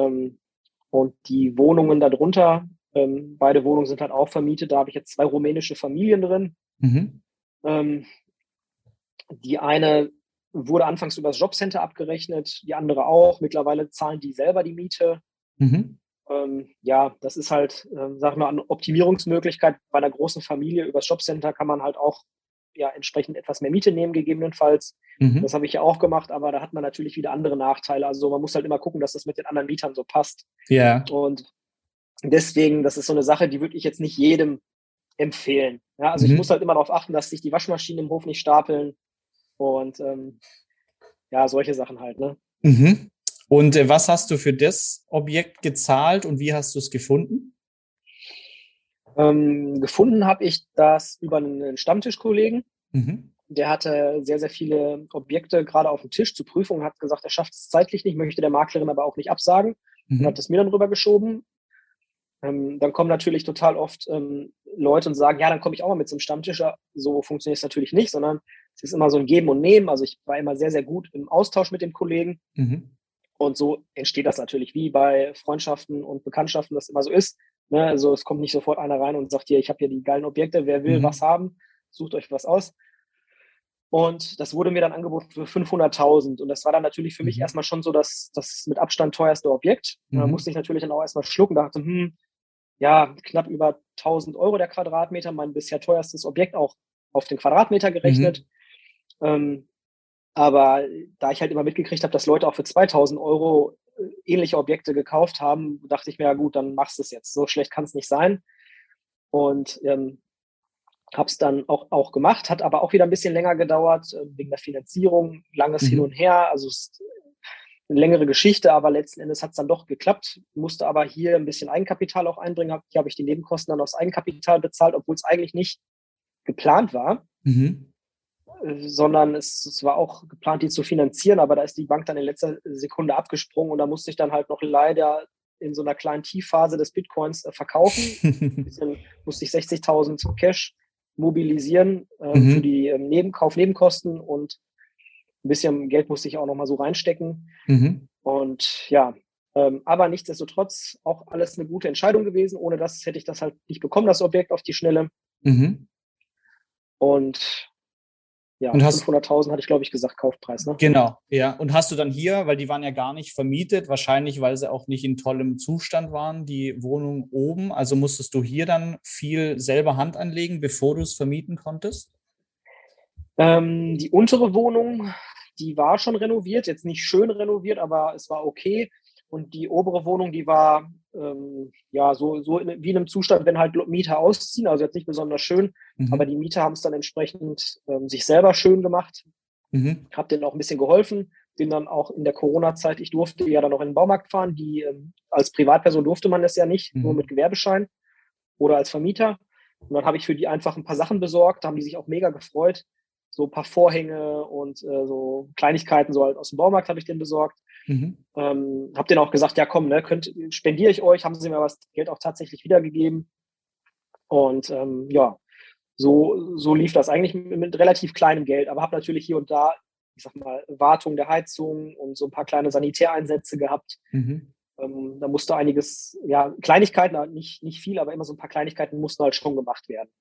die Wohnungen darunter, beide Wohnungen sind halt auch vermietet. Da habe ich jetzt 2 rumänische Familien drin. Mhm. Ähm, die eine wurde anfangs über das Jobcenter abgerechnet, die andere auch. Mittlerweile zahlen die selber die Miete. Mhm. Ja, das ist halt, sag mal, eine Optimierungsmöglichkeit. Bei einer großen Familie über das Jobcenter kann man halt auch ja, entsprechend etwas mehr Miete nehmen, gegebenenfalls. Das Mhm. habe ich ja auch gemacht, aber da hat man natürlich wieder andere Nachteile. Also man muss halt immer gucken, dass das mit den anderen Mietern so passt. Ja. Und deswegen, das ist so eine Sache, die würde ich jetzt nicht jedem empfehlen. Ja, also ich muss Mhm. halt immer darauf achten, dass sich die Waschmaschinen im Hof nicht stapeln und ja, solche Sachen halt. Ne? Mhm. Und was hast du für das Objekt gezahlt und wie hast du es gefunden? Gefunden habe ich das über einen Stammtischkollegen. Mhm. Der hatte sehr, sehr viele Objekte gerade auf dem Tisch zur Prüfung, hat gesagt, er schafft es zeitlich nicht, möchte der Maklerin aber auch nicht absagen und hat Mhm. das mir dann rübergeschoben. Dann kommen natürlich total oft Leute und sagen, ja, dann komme ich auch mal mit zum Stammtisch. Ja, so funktioniert es natürlich nicht, sondern es ist immer so ein Geben und Nehmen. Also ich war immer sehr, sehr gut im Austausch mit den Kollegen. Mhm. Und so entsteht das natürlich, wie bei Freundschaften und Bekanntschaften das immer so ist. Ne? Also es kommt nicht sofort einer rein und sagt hier, ich habe hier die geilen Objekte, wer will was haben, sucht euch was aus. Und das wurde mir dann angeboten für 500.000. Und das war dann natürlich für mich erstmal schon so das mit Abstand teuerste Objekt. Da musste ich natürlich dann auch erstmal schlucken. Da dachte, ja, knapp über 1.000 € der Quadratmeter, mein bisher teuerstes Objekt auch auf den Quadratmeter gerechnet. Aber da ich halt immer mitgekriegt habe, dass Leute auch für 2.000 € ähnliche Objekte gekauft haben, dachte ich mir, ja gut, dann machst du es jetzt. So schlecht kann es nicht sein. Und habe es dann auch gemacht, hat aber auch wieder ein bisschen länger gedauert, wegen der Finanzierung, langes Hin und Her. Also es ist eine längere Geschichte, aber letzten Endes hat es dann doch geklappt. Musste aber hier ein bisschen Eigenkapital auch einbringen. Hier habe ich die Nebenkosten dann aus Eigenkapital bezahlt, obwohl es eigentlich nicht geplant war. Sondern es war auch geplant, die zu finanzieren, aber da ist die Bank dann in letzter Sekunde abgesprungen und da musste ich dann halt noch leider in so einer kleinen Tiefphase des Bitcoins verkaufen. Musste ich 60.000 Cash mobilisieren für die Kaufnebenkosten und ein bisschen Geld musste ich auch noch mal so reinstecken. Und ja, aber nichtsdestotrotz auch alles eine gute Entscheidung gewesen. Ohne das hätte ich das halt nicht bekommen, das Objekt auf die Schnelle. Und ja, 500.000 hatte ich, glaube ich, gesagt, Kaufpreis. Ne? Genau, ja. Und hast du dann hier, weil die waren ja gar nicht vermietet, wahrscheinlich, weil sie auch nicht in tollem Zustand waren, die Wohnung oben. Also musstest du hier dann viel selber Hand anlegen, bevor du es vermieten konntest? Die untere Wohnung, die war schon renoviert, jetzt nicht schön renoviert, aber es war okay. Und die obere Wohnung, die war ja so wie in einem Zustand, wenn halt Mieter ausziehen, also jetzt nicht besonders schön, aber die Mieter haben es dann entsprechend sich selber schön gemacht. Habe denen auch ein bisschen geholfen, bin dann auch in der Corona-Zeit, ich durfte ja dann noch in den Baumarkt fahren, als Privatperson durfte man das ja nicht, nur mit Gewerbeschein oder als Vermieter. Und dann habe ich für die einfach ein paar Sachen besorgt, da haben die sich auch mega gefreut. So ein paar Vorhänge und so Kleinigkeiten, so halt aus dem Baumarkt habe ich denen besorgt. Habe denen auch gesagt, ja komm, ne, spendiere ich euch, haben sie mir das Geld auch tatsächlich wiedergegeben. Und ja, so lief das eigentlich mit relativ kleinem Geld, aber habe natürlich hier und da, ich sag mal, Wartung der Heizung und so ein paar kleine Sanitäreinsätze gehabt. Da musste einiges, ja, Kleinigkeiten, nicht viel, aber immer so ein paar Kleinigkeiten mussten halt schon gemacht werden.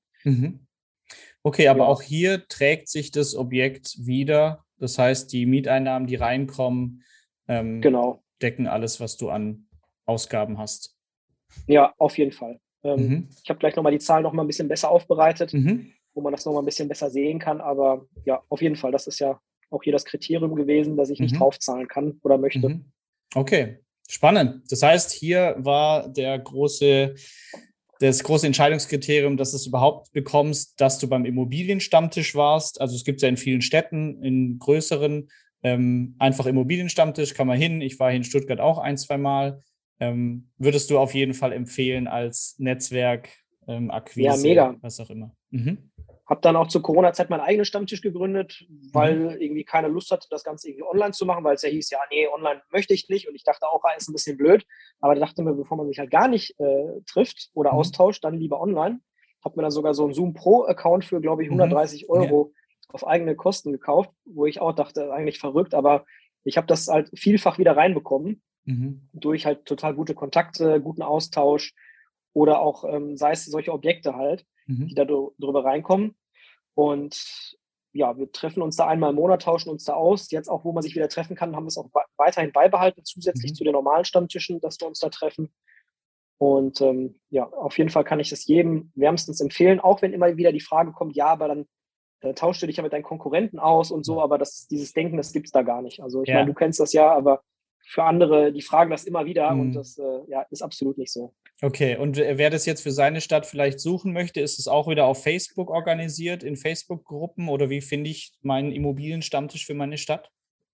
Okay, aber auch hier trägt sich das Objekt wieder. Das heißt, die Mieteinnahmen, die reinkommen, genau, decken alles, was du an Ausgaben hast. Ja, auf jeden Fall. Ich habe gleich nochmal die Zahlen nochmal ein bisschen besser aufbereitet, wo man das nochmal ein bisschen besser sehen kann. Aber ja, auf jeden Fall, das ist ja auch hier das Kriterium gewesen, dass ich nicht draufzahlen kann oder möchte. Okay, spannend. Das heißt, hier war das große Entscheidungskriterium, dass du es überhaupt bekommst, dass du beim Immobilienstammtisch warst. Also es gibt es ja in vielen Städten, in größeren, einfach Immobilienstammtisch, kann man hin. Ich war hier in Stuttgart auch 1-2 Mal. Würdest du auf jeden Fall empfehlen als Netzwerk, Akquise, ja, mega. was auch immer. Habe dann auch zur Corona-Zeit meinen eigenen Stammtisch gegründet, weil irgendwie keine Lust hatte, das Ganze irgendwie online zu machen, weil es ja hieß, ja, nee, online möchte ich nicht. Und ich dachte auch, ist ein bisschen blöd. Aber ich dachte mir, bevor man sich halt gar nicht trifft oder austauscht, dann lieber online. Habe mir dann sogar so einen Zoom Pro-Account für, glaube ich, 130 € auf eigene Kosten gekauft, wo ich auch dachte, eigentlich verrückt. Aber ich habe das halt vielfach wieder reinbekommen durch halt total gute Kontakte, guten Austausch oder auch, sei es solche Objekte halt, die da drüber reinkommen. Und ja, wir treffen uns da einmal im Monat, tauschen uns da aus. Jetzt auch, wo man sich wieder treffen kann, haben wir es auch weiterhin beibehalten, zusätzlich zu den normalen Stammtischen, dass wir uns da treffen. Und ja, auf jeden Fall kann ich das jedem wärmstens empfehlen, auch wenn immer wieder die Frage kommt, ja, aber dann tauschst du dich ja mit deinen Konkurrenten aus und so, aber dieses Denken, das gibt es da gar nicht. Also ich meine, du kennst das ja, aber für andere, die fragen das immer wieder und das ist absolut nicht so. Okay, und wer das jetzt für seine Stadt vielleicht suchen möchte, ist es auch wieder auf Facebook organisiert, in Facebook-Gruppen, oder wie finde ich meinen Immobilienstammtisch für meine Stadt?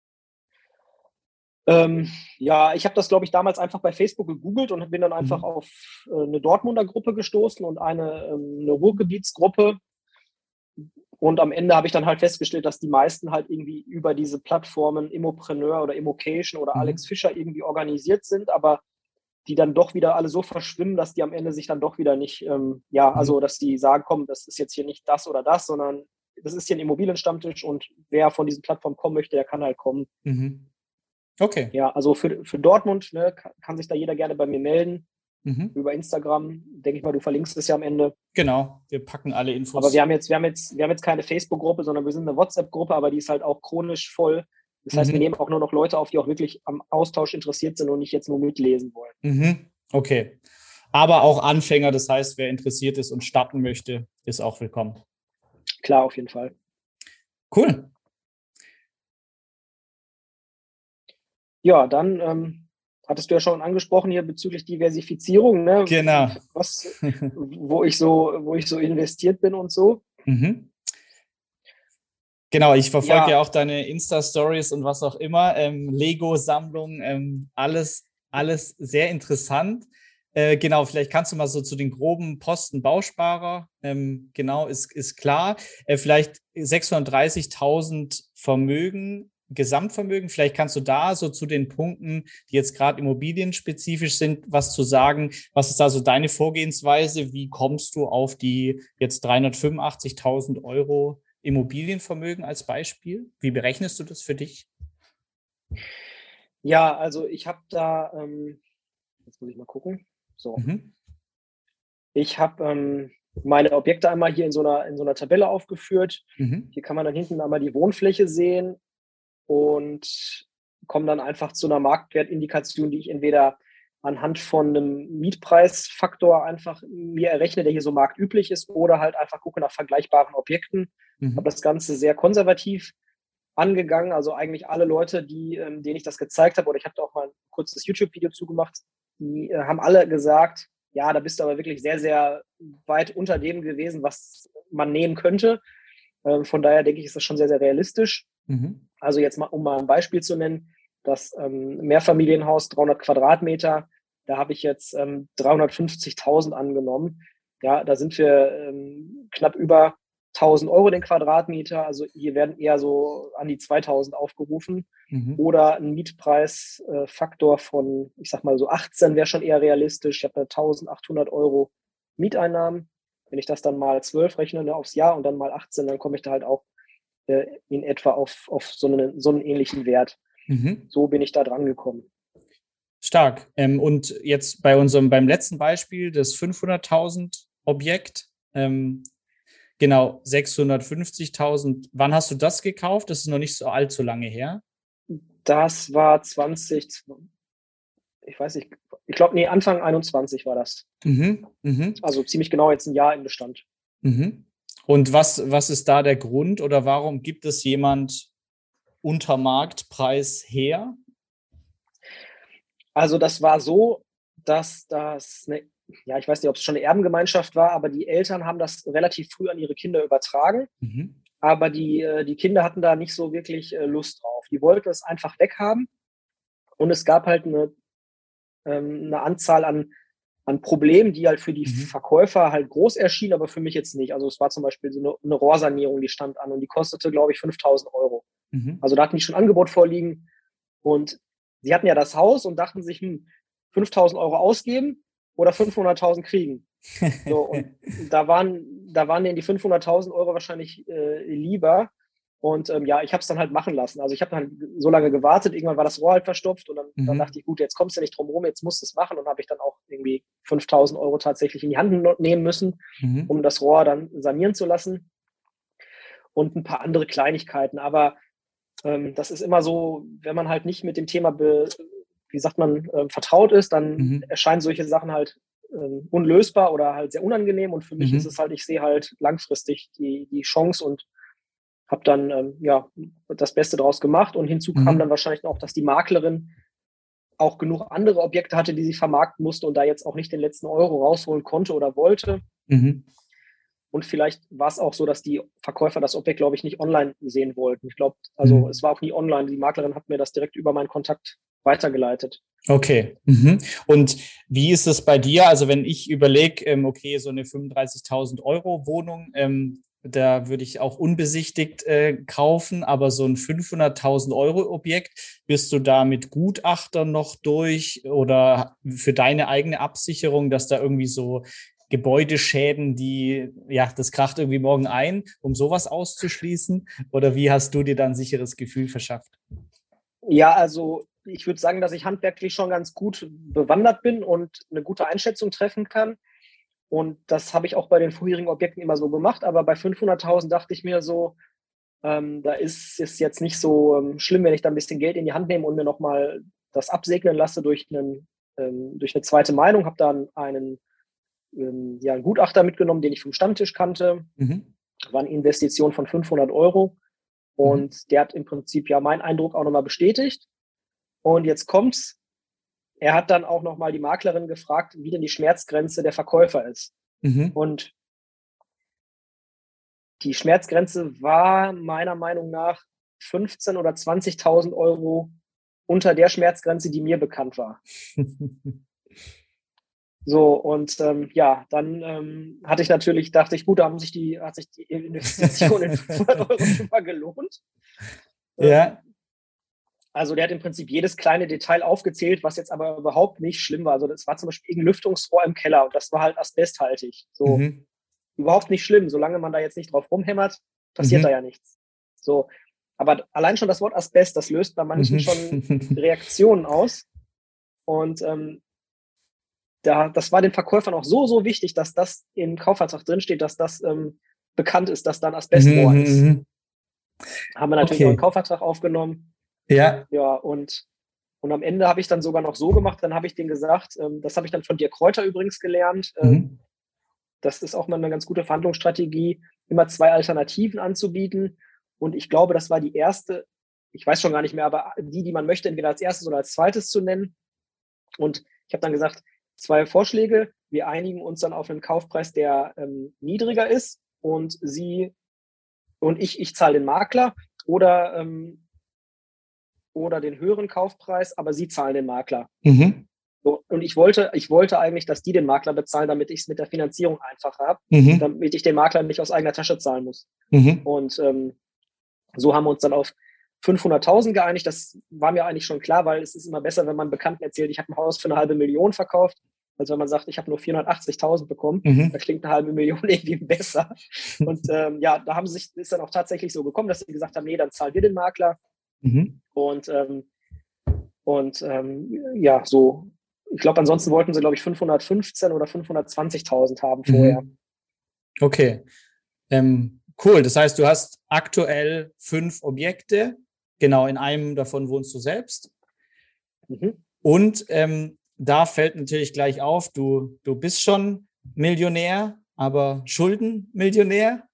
Ja, ich habe das, glaube ich, damals einfach bei Facebook gegoogelt und bin dann einfach auf eine Dortmunder Gruppe gestoßen und eine Ruhrgebietsgruppe. Und am Ende habe ich dann halt festgestellt, dass die meisten halt irgendwie über diese Plattformen Immopreneur oder Immocation oder Alex Fischer irgendwie organisiert sind, aber die dann doch wieder alle so verschwimmen, dass die am Ende sich dann doch wieder nicht, also dass die sagen, komm, das ist jetzt hier nicht das oder das, sondern das ist hier ein Immobilienstammtisch und wer von diesen Plattformen kommen möchte, der kann halt kommen. Mhm. Okay. Ja, also für Dortmund, ne, kann sich da jeder gerne bei mir melden. Über Instagram, denke ich mal, du verlinkst es ja am Ende. Genau, wir packen alle Infos. Aber wir haben jetzt keine Facebook-Gruppe, sondern wir sind eine WhatsApp-Gruppe, aber die ist halt auch chronisch voll. Das heißt, wir nehmen auch nur noch Leute auf, die auch wirklich am Austausch interessiert sind und nicht jetzt nur mitlesen wollen. Okay. Aber auch Anfänger, das heißt, wer interessiert ist und starten möchte, ist auch willkommen. Klar, auf jeden Fall. Cool. Ja, dann hattest du ja schon angesprochen hier bezüglich Diversifizierung, ne? Genau. Wo ich so investiert bin und so. Genau, ich verfolge ja auch deine Insta-Stories und was auch immer. Lego-Sammlung, alles sehr interessant. Genau, vielleicht kannst du mal so zu den groben Posten Bausparer. Genau, ist klar. Vielleicht 630.000 Vermögen, Gesamtvermögen. Vielleicht kannst du da so zu den Punkten, die jetzt gerade immobilienspezifisch sind, was zu sagen. Was ist da so deine Vorgehensweise? Wie kommst du auf die jetzt 385.000 Euro Immobilienvermögen als Beispiel? Wie berechnest du das für dich? Ja, also ich habe da, jetzt muss ich mal gucken. So. Ich habe meine Objekte einmal hier in so einer Tabelle aufgeführt. Hier kann man dann hinten einmal die Wohnfläche sehen und komme dann einfach zu einer Marktwertindikation, die ich entweder anhand von einem Mietpreisfaktor einfach mir errechne, der hier so marktüblich ist, oder halt einfach gucke nach vergleichbaren Objekten. Habe das Ganze sehr konservativ angegangen. Also eigentlich alle Leute, denen ich das gezeigt habe, oder ich habe da auch mal ein kurzes YouTube-Video zugemacht, die haben alle gesagt, ja, da bist du aber wirklich sehr, sehr weit unter dem gewesen, was man nehmen könnte. Von daher denke ich, ist das schon sehr, sehr realistisch. Also jetzt mal, um mal ein Beispiel zu nennen, das Mehrfamilienhaus, 300 Quadratmeter, da habe ich jetzt 350.000 angenommen. Ja, da sind wir knapp über 1.000 Euro den Quadratmeter. Also hier werden eher so an die 2.000 aufgerufen. Oder ein Mietpreisfaktor von, ich sag mal so 18 wäre schon eher realistisch. Ich habe 1.800 Euro Mieteinnahmen. Wenn ich das dann mal 12 rechne, aufs Jahr und dann mal 18, dann komme ich da halt auch in etwa auf so einen ähnlichen Wert. So bin ich da dran gekommen. Stark. Und jetzt beim letzten Beispiel, das 500.000 Objekt, genau, 650.000. Wann hast du das gekauft? Das ist noch nicht so allzu lange her. Das war ich weiß nicht, ich glaube, nee, Anfang 21 war das. Also ziemlich genau jetzt ein Jahr im Bestand. Und was ist da der Grund oder warum gibt es jemand unter Marktpreis her? Also das war so, dass ich weiß nicht, ob es schon eine Erbengemeinschaft war, aber die Eltern haben das relativ früh an ihre Kinder übertragen. Aber die Kinder hatten da nicht so wirklich Lust drauf. Die wollten es einfach weghaben. Und es gab halt eine Anzahl an Problemen, die halt für die Verkäufer halt groß erschienen, aber für mich jetzt nicht. Also es war zum Beispiel so eine Rohrsanierung, die stand an und die kostete, glaube ich, 5.000 Euro. Also da hatten die schon ein Angebot vorliegen und sie hatten ja das Haus und dachten sich, 5.000 Euro ausgeben oder 500.000 kriegen. So, und da waren denen die 500.000 Euro wahrscheinlich lieber. Und ich habe es dann halt machen lassen. Also ich habe dann so lange gewartet, irgendwann war das Rohr halt verstopft und dann dachte ich, gut, jetzt kommst du nicht drum rum, jetzt musst du es machen. Und habe ich dann auch irgendwie 5.000 Euro tatsächlich in die Hand nehmen müssen, um das Rohr dann sanieren zu lassen. Und ein paar andere Kleinigkeiten. Aber das ist immer so, wenn man halt nicht mit dem Thema, vertraut ist, dann erscheinen solche Sachen halt unlösbar oder halt sehr unangenehm. Und für mich ist es halt, ich sehe halt langfristig die Chance und habe dann das Beste draus gemacht. Und hinzu kam dann wahrscheinlich auch, dass die Maklerin auch genug andere Objekte hatte, die sie vermarkten musste und da jetzt auch nicht den letzten Euro rausholen konnte oder wollte. Und vielleicht war es auch so, dass die Verkäufer das Objekt, glaube ich, nicht online sehen wollten. Ich glaube, es war auch nie online. Die Maklerin hat mir das direkt über meinen Kontakt weitergeleitet. Okay. Und wie ist es bei dir? Also wenn ich überlege, okay, so eine 35.000 Euro Wohnung, da würde ich auch unbesichtigt kaufen, aber so ein 500.000 Euro Objekt, bist du da mit Gutachtern noch durch oder für deine eigene Absicherung, dass da irgendwie so Gebäudeschäden, das kracht irgendwie morgen ein, um sowas auszuschließen? Oder wie hast du dir da ein sicheres Gefühl verschafft? Ja, also ich würde sagen, dass ich handwerklich schon ganz gut bewandert bin und eine gute Einschätzung treffen kann. Und das habe ich auch bei den vorherigen Objekten immer so gemacht. Aber bei 500.000 dachte ich mir so, da ist es jetzt nicht so schlimm, wenn ich da ein bisschen Geld in die Hand nehme und mir nochmal das absegnen lasse durch eine zweite Meinung. Habe dann einen Gutachter mitgenommen, den ich vom Stammtisch kannte. Mhm. War eine Investition von 500 Euro. Mhm. Und der hat im Prinzip ja meinen Eindruck auch nochmal bestätigt. Und jetzt kommt's. Er hat dann auch nochmal die Maklerin gefragt, wie denn die Schmerzgrenze der Verkäufer ist. Mhm. Und die Schmerzgrenze war meiner Meinung nach 15.000 oder 20.000 Euro unter der Schmerzgrenze, die mir bekannt war. So, und dann dachte ich, gut, hat sich die Investition in 500 Euro schon mal gelohnt. Ja. Also der hat im Prinzip jedes kleine Detail aufgezählt, was jetzt aber überhaupt nicht schlimm war. Also das war zum Beispiel irgendein Lüftungsrohr im Keller und das war halt asbesthaltig. So, Mhm. überhaupt nicht schlimm. Solange man da jetzt nicht drauf rumhämmert, passiert da Mhm. ja nichts. So, aber allein schon das Wort Asbest, das löst bei manchen schon Mhm. Reaktionen aus. Und das war den Verkäufern auch so wichtig, dass das im Kaufvertrag drinsteht, dass das bekannt ist, dass da ein Asbestrohr ist. Mhm. Haben wir natürlich auch einen Okay. Kaufvertrag aufgenommen. Ja. Ja, und am Ende habe ich dann sogar noch so gemacht, dann habe ich denen gesagt, das habe ich dann von Dirk Kräuter übrigens gelernt, Mhm. das ist auch mal eine ganz gute Verhandlungsstrategie, immer zwei Alternativen anzubieten. Und ich glaube, das war die erste, ich weiß schon gar nicht mehr, aber die man möchte, entweder als erstes oder als zweites zu nennen. Und ich habe dann gesagt, zwei Vorschläge. Wir einigen uns dann auf einen Kaufpreis, der niedriger ist und ich zahle den Makler oder den höheren Kaufpreis, aber Sie zahlen den Makler. Mhm. So, und ich wollte eigentlich, dass die den Makler bezahlen, damit ich es mit der Finanzierung einfacher habe, Mhm. damit ich den Makler nicht aus eigener Tasche zahlen muss. Mhm. Und so haben wir uns dann auf 500.000 geeinigt. Das war mir eigentlich schon klar, weil es ist immer besser, wenn man Bekannten erzählt, ich habe ein Haus für 500.000 verkauft, als wenn man sagt, ich habe nur 480.000 bekommen. Da Mhm. klingt 500.000 irgendwie besser. Und ist dann auch tatsächlich so gekommen, dass sie gesagt haben, nee, dann zahlen wir den Makler. Mhm. Und so. Ich glaube, ansonsten wollten sie, glaube ich, 515 oder 520.000 haben vorher. Mhm. Okay. Cool. Das heißt, du hast aktuell 5 Objekte. Genau, in einem davon wohnst du selbst. Mhm. Und da fällt natürlich gleich auf, du bist schon Millionär, aber Schuldenmillionär.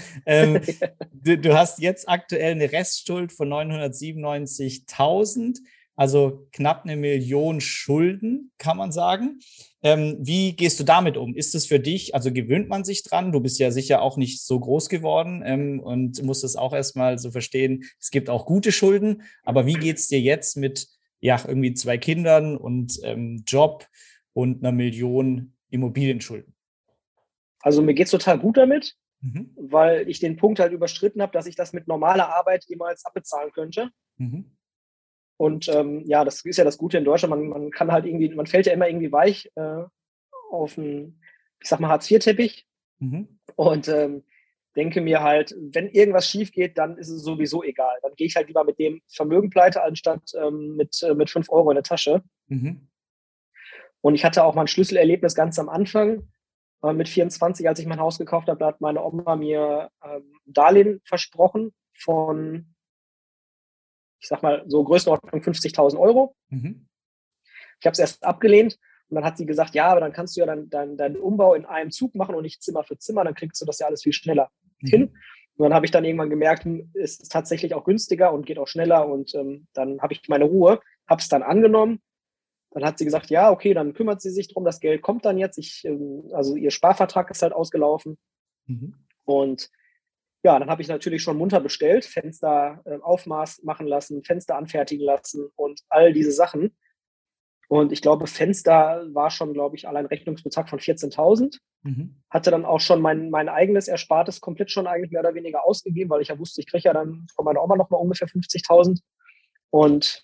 Du hast jetzt aktuell eine Restschuld von 997.000, also knapp 1 Million Schulden, kann man sagen. Wie gehst du damit um? Ist es für dich, also gewöhnt man sich dran? Du bist ja sicher auch nicht so groß geworden und musst es auch erstmal so verstehen, es gibt auch gute Schulden, aber wie geht es dir jetzt mit irgendwie 2 Kindern und Job und 1 Million Immobilienschulden? Also mir geht es total gut damit, Mhm. weil ich den Punkt halt überschritten habe, dass ich das mit normaler Arbeit jemals abbezahlen könnte. Mhm. Und das ist ja das Gute in Deutschland. Man kann halt irgendwie, man fällt ja immer irgendwie weich auf einen, ich sag mal, Hartz-IV-Teppich Mhm. und denke mir halt, wenn irgendwas schief geht, dann ist es sowieso egal. Dann gehe ich halt lieber mit dem Vermögen pleite, anstatt mit 5 Euro in der Tasche. Mhm. Und ich hatte auch mal ein Schlüsselerlebnis ganz am Anfang. Mit 24, als ich mein Haus gekauft habe, da hat meine Oma mir ein Darlehen versprochen von, ich sag mal, so Größenordnung 50.000 Euro. Mhm. Ich habe es erst abgelehnt und dann hat sie gesagt, ja, aber dann kannst du ja deinen Umbau in einem Zug machen und nicht Zimmer für Zimmer, dann kriegst du das ja alles viel schneller hin. Mhm. Und dann habe ich dann irgendwann gemerkt, es ist tatsächlich auch günstiger und geht auch schneller und dann habe ich meine Ruhe, habe es dann angenommen. Dann hat sie gesagt, ja, okay, dann kümmert sie sich drum, das Geld kommt dann jetzt. Also ihr Sparvertrag ist halt ausgelaufen. Mhm. Und ja, dann habe ich natürlich schon munter bestellt, Fenster Aufmaß machen lassen, Fenster anfertigen lassen und all diese Sachen. Und ich glaube, Fenster war schon, glaube ich, allein Rechnungsbetrag von 14.000. Hatte dann auch schon mein eigenes Erspartes komplett schon eigentlich mehr oder weniger ausgegeben, weil ich ja wusste, ich kriege ja dann von meiner Oma nochmal ungefähr 50.000. Und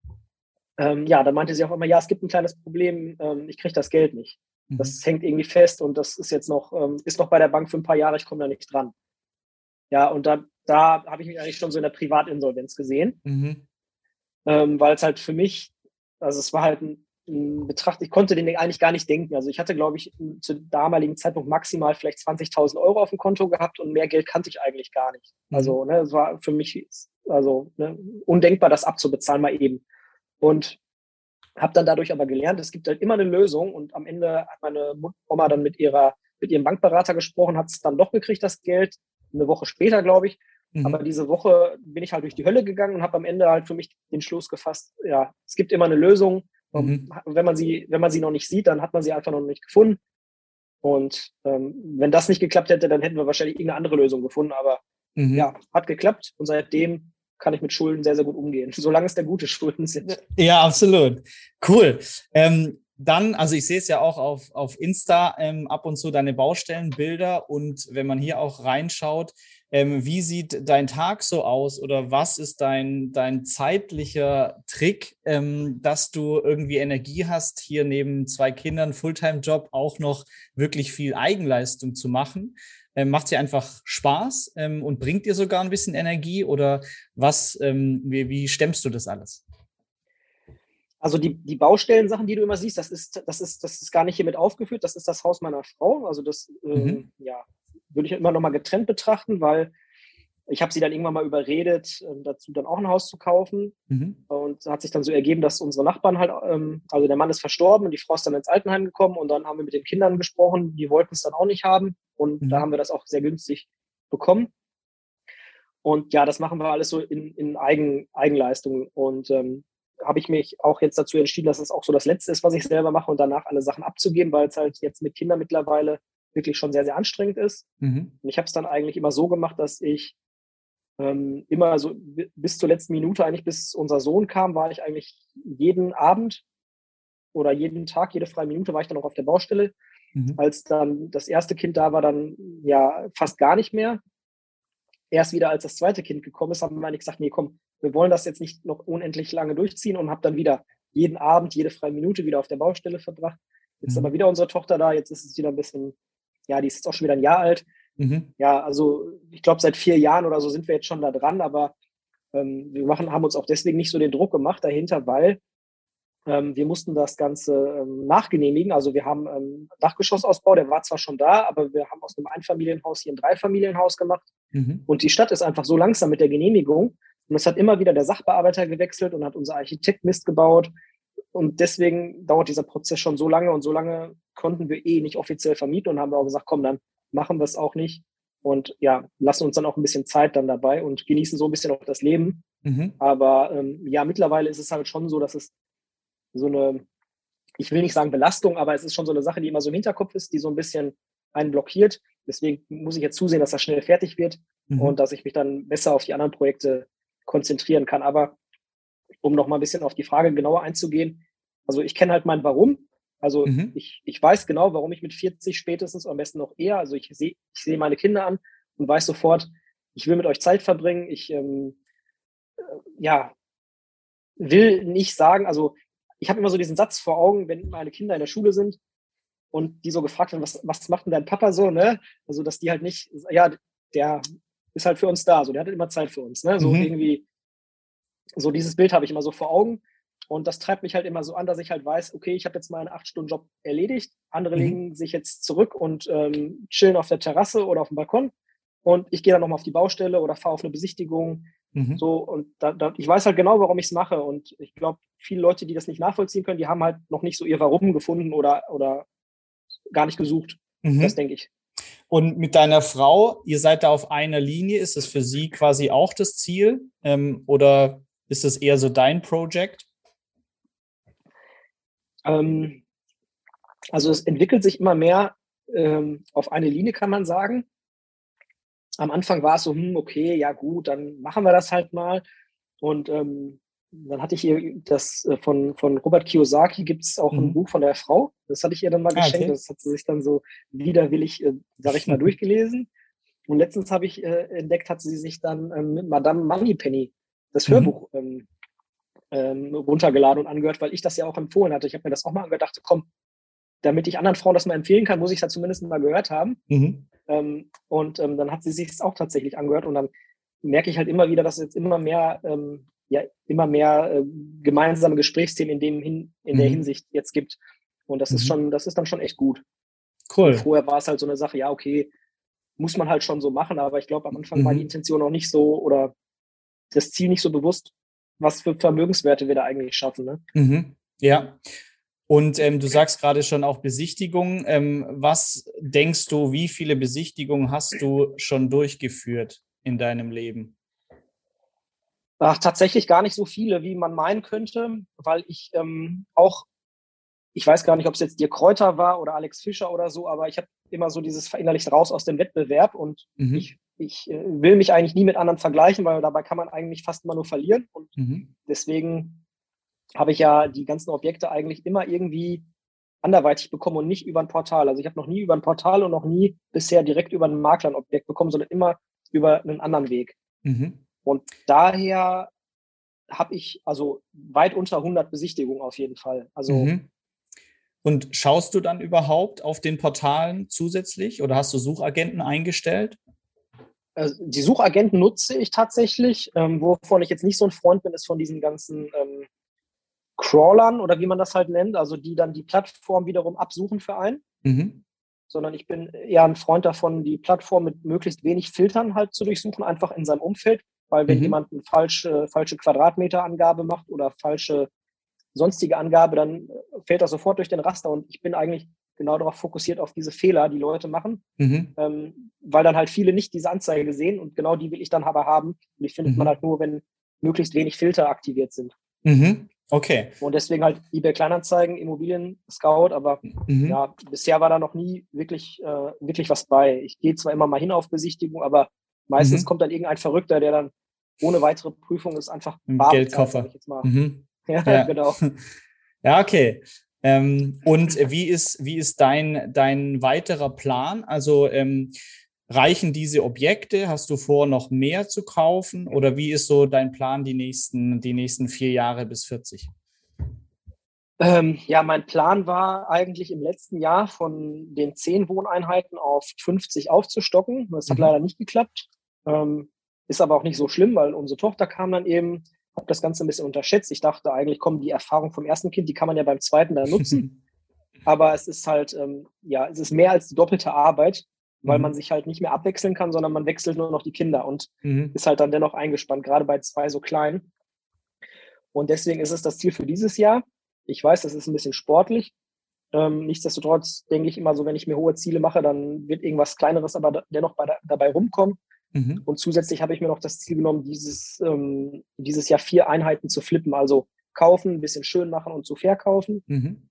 ja, dann meinte sie auch immer, ja, es gibt ein kleines Problem, ich kriege das Geld nicht. Das hängt irgendwie fest und das ist jetzt ist noch bei der Bank für ein paar Jahre, ich komme da nicht dran. Ja, und da habe ich mich eigentlich schon so in der Privatinsolvenz gesehen, weil es halt für mich, also es war halt ein Betracht, ich konnte den eigentlich gar nicht denken. Also ich hatte, glaube ich, zu damaligen Zeitpunkt maximal vielleicht 20.000 Euro auf dem Konto gehabt und mehr Geld kannte ich eigentlich gar nicht. Also es war für mich undenkbar, das abzubezahlen mal eben. Und habe dann dadurch aber gelernt, es gibt halt immer eine Lösung und am Ende hat meine Oma dann mit ihrem Bankberater gesprochen, hat es dann doch gekriegt, das Geld, eine Woche später, glaube ich. Aber diese Woche bin ich halt durch die Hölle gegangen und habe am Ende halt für mich den Schluss gefasst, ja, es gibt immer eine Lösung. Wenn man sie noch nicht sieht, dann hat man sie einfach noch nicht gefunden. Und wenn das nicht geklappt hätte, dann hätten wir wahrscheinlich irgendeine andere Lösung gefunden. Aber ja, hat geklappt und seitdem kann ich mit Schulden sehr, sehr gut umgehen, solange es der gute Schulden sind. Ja, absolut. Cool. Dann, also ich sehe es ja auch auf Insta ab und zu deine Baustellenbilder und wenn man hier auch reinschaut, wie sieht dein Tag so aus oder was ist dein zeitlicher Trick, dass du irgendwie Energie hast, hier neben 2 Kindern Fulltime-Job auch noch wirklich viel Eigenleistung zu machen? Macht dir einfach Spaß und bringt dir sogar ein bisschen Energie oder wie stemmst du das alles? Also die Baustellensachen, die du immer siehst, das ist gar nicht hiermit aufgeführt. Das ist das Haus meiner Frau. Also das ja, würde ich immer noch mal getrennt betrachten, weil ich habe sie dann irgendwann mal überredet, dazu dann auch ein Haus zu kaufen. Und hat sich dann so ergeben, dass unsere Nachbarn halt, also der Mann ist verstorben und die Frau ist dann ins Altenheim gekommen und dann haben wir mit den Kindern gesprochen. Die wollten es dann auch nicht haben und da haben wir das auch sehr günstig bekommen. Und ja, das machen wir alles so in Eigenleistung. Und habe ich mich auch jetzt dazu entschieden, dass es auch so das Letzte ist, was ich selber mache und danach alle Sachen abzugeben, weil es halt jetzt mit Kindern mittlerweile wirklich schon sehr, sehr anstrengend ist. Und ich habe es dann eigentlich immer so gemacht, dass ich immer so bis zur letzten Minute, eigentlich bis unser Sohn kam, war ich eigentlich jeden Abend oder jeden Tag, jede freie Minute war ich dann auch auf der Baustelle. Als dann das erste Kind da war, dann ja fast gar nicht mehr. Erst wieder, als das zweite Kind gekommen ist, haben wir eigentlich gesagt, nee, komm, wir wollen das jetzt nicht noch unendlich lange durchziehen und habe dann wieder jeden Abend, jede freie Minute wieder auf der Baustelle verbracht. Jetzt ist aber wieder unsere Tochter da, jetzt ist es wieder ein bisschen, ja, die ist jetzt auch schon wieder ein Jahr alt. Ja, also ich glaube, seit 4 Jahren oder so sind wir jetzt schon da dran, aber haben uns auch deswegen nicht so den Druck gemacht dahinter, weil wir mussten das Ganze nachgenehmigen. Also wir haben Dachgeschossausbau, der war zwar schon da, aber wir haben aus einem Einfamilienhaus hier ein Dreifamilienhaus gemacht. Und die Stadt ist einfach so langsam mit der Genehmigung. Und es hat immer wieder der Sachbearbeiter gewechselt und hat unser Architekt Mist gebaut. Und deswegen dauert dieser Prozess schon so lange und so lange konnten wir nicht offiziell vermieten und haben wir auch gesagt, komm, dann machen wir es auch nicht. Und ja, lassen uns dann auch ein bisschen Zeit dann dabei und genießen so ein bisschen auch das Leben. Aber ja, mittlerweile ist es halt schon so, dass es so eine, ich will nicht sagen Belastung, aber es ist schon so eine Sache, die immer so im Hinterkopf ist, die so ein bisschen einen blockiert. Deswegen muss ich jetzt zusehen, dass das schnell fertig wird und dass ich mich dann besser auf die anderen Projekte konzentrieren kann. Aber um noch mal ein bisschen auf die Frage genauer einzugehen, also ich kenne halt mein Warum. Also ich weiß genau, warum ich mit 40 spätestens, am besten noch eher, also ich sehe meine Kinder an und weiß sofort, ich will mit euch Zeit verbringen. Ich ja, will nicht sagen, also ich habe immer so diesen Satz vor Augen, wenn meine Kinder in der Schule sind und die so gefragt werden, was macht denn dein Papa so, ne? Also, dass die halt nicht, ja, der ist halt für uns da, so, der hat halt immer Zeit für uns, ne? So irgendwie, so dieses Bild habe ich immer so vor Augen und das treibt mich halt immer so an, dass ich halt weiß, okay, ich habe jetzt meinen 8-Stunden-Job erledigt, andere legen sich jetzt zurück und chillen auf der Terrasse oder auf dem Balkon und ich gehe dann nochmal auf die Baustelle oder fahre auf eine Besichtigung. So, und ich weiß halt genau, warum ich es mache. Und ich glaube, viele Leute, die das nicht nachvollziehen können, die haben halt noch nicht so ihr Warum gefunden oder gar nicht gesucht. Das denke ich. Und mit deiner Frau, ihr seid da auf einer Linie, ist das für sie quasi auch das Ziel? Oder ist das eher so dein Projekt? Also es entwickelt sich immer mehr auf eine Linie, kann man sagen. Am Anfang war es so, okay, ja gut, dann machen wir das halt mal. Und dann hatte ich ihr das von Robert Kiyosaki, gibt es auch ein Buch von der Frau. Das hatte ich ihr dann mal geschenkt. Okay. Das hat sie sich dann so widerwillig, sag ich mal, durchgelesen. Und letztens habe ich entdeckt, hat sie sich dann mit Madame Moneypenny das Hörbuch runtergeladen und angehört, weil ich das ja auch empfohlen hatte. Ich habe mir das auch mal angehört, dachte, komm, damit ich anderen Frauen das mal empfehlen kann, muss ich es ja zumindest mal gehört haben. Dann hat sie sich es auch tatsächlich angehört und dann merke ich halt immer wieder, dass es jetzt immer mehr gemeinsame Gesprächsthemen in der Hinsicht jetzt gibt. Und das ist dann schon echt gut. Cool. Und vorher war es halt so eine Sache, ja, okay, muss man halt schon so machen, aber ich glaube, am Anfang war die Intention noch nicht so oder das Ziel nicht so bewusst, was für Vermögenswerte wir da eigentlich schaffen. Ne? Ja. Und du sagst gerade schon auch Besichtigungen. Was denkst du, wie viele Besichtigungen hast du schon durchgeführt in deinem Leben? Ach, tatsächlich gar nicht so viele, wie man meinen könnte, weil ich ich weiß gar nicht, ob es jetzt Dirk Kräuter war oder Alex Fischer oder so, aber ich habe immer so dieses verinnerlicht raus aus dem Wettbewerb und ich will mich eigentlich nie mit anderen vergleichen, weil dabei kann man eigentlich fast immer nur verlieren und deswegen habe ich ja die ganzen Objekte eigentlich immer irgendwie anderweitig bekommen und nicht über ein Portal. Also ich habe noch nie über ein Portal und noch nie bisher direkt über einen Makler ein Objekt bekommen, sondern immer über einen anderen Weg. Und daher habe ich also weit unter 100 Besichtigungen auf jeden Fall. Also Und schaust du dann überhaupt auf den Portalen zusätzlich oder hast du Suchagenten eingestellt? Die Suchagenten nutze ich tatsächlich. Wovon ich jetzt nicht so ein Freund bin, ist von diesen ganzen Crawlern oder wie man das halt nennt, also die dann die Plattform wiederum absuchen für einen. Sondern ich bin eher ein Freund davon, die Plattform mit möglichst wenig Filtern halt zu durchsuchen, einfach in seinem Umfeld. Weil wenn jemand eine falsche Quadratmeterangabe macht oder falsche sonstige Angabe, dann fällt das sofort durch den Raster. Und ich bin eigentlich genau darauf fokussiert, auf diese Fehler, die Leute machen, weil dann halt viele nicht diese Anzeige sehen und genau die will ich dann aber haben. Und die findet man halt nur, wenn möglichst wenig Filter aktiviert sind. Okay. Und deswegen halt eBay Kleinanzeigen, Immobilien Scout, aber ja, bisher war da noch nie wirklich was bei. Ich gehe zwar immer mal hin auf Besichtigung, aber meistens kommt dann irgendein Verrückter, der dann ohne weitere Prüfung ist einfach bar Geldkoffer. bezahlt, sag ich jetzt mal. Ja, genau. Ja, okay. Und wie ist dein weiterer Plan? Also reichen diese Objekte? Hast du vor, noch mehr zu kaufen? Oder wie ist so dein Plan die nächsten 4 Jahre bis 40? Ja, mein Plan war eigentlich im letzten Jahr von den 10 Wohneinheiten auf 50 aufzustocken. Das hat leider nicht geklappt. Ist aber auch nicht so schlimm, weil unsere Tochter kam dann eben, habe das Ganze ein bisschen unterschätzt. Ich dachte eigentlich, die Erfahrung vom ersten Kind, die kann man ja beim zweiten dann nutzen. Aber es ist halt, es ist mehr als die doppelte Arbeit, weil man sich halt nicht mehr abwechseln kann, sondern man wechselt nur noch die Kinder und ist halt dann dennoch eingespannt, gerade bei 2 so kleinen. Und deswegen ist es das Ziel für dieses Jahr. Ich weiß, das ist ein bisschen sportlich. Nichtsdestotrotz denke ich immer so, wenn ich mir hohe Ziele mache, dann wird irgendwas Kleineres aber dennoch dabei rumkommen. Und zusätzlich habe ich mir noch das Ziel genommen, dieses Jahr 4 Einheiten zu flippen, also kaufen, ein bisschen schön machen und zu verkaufen.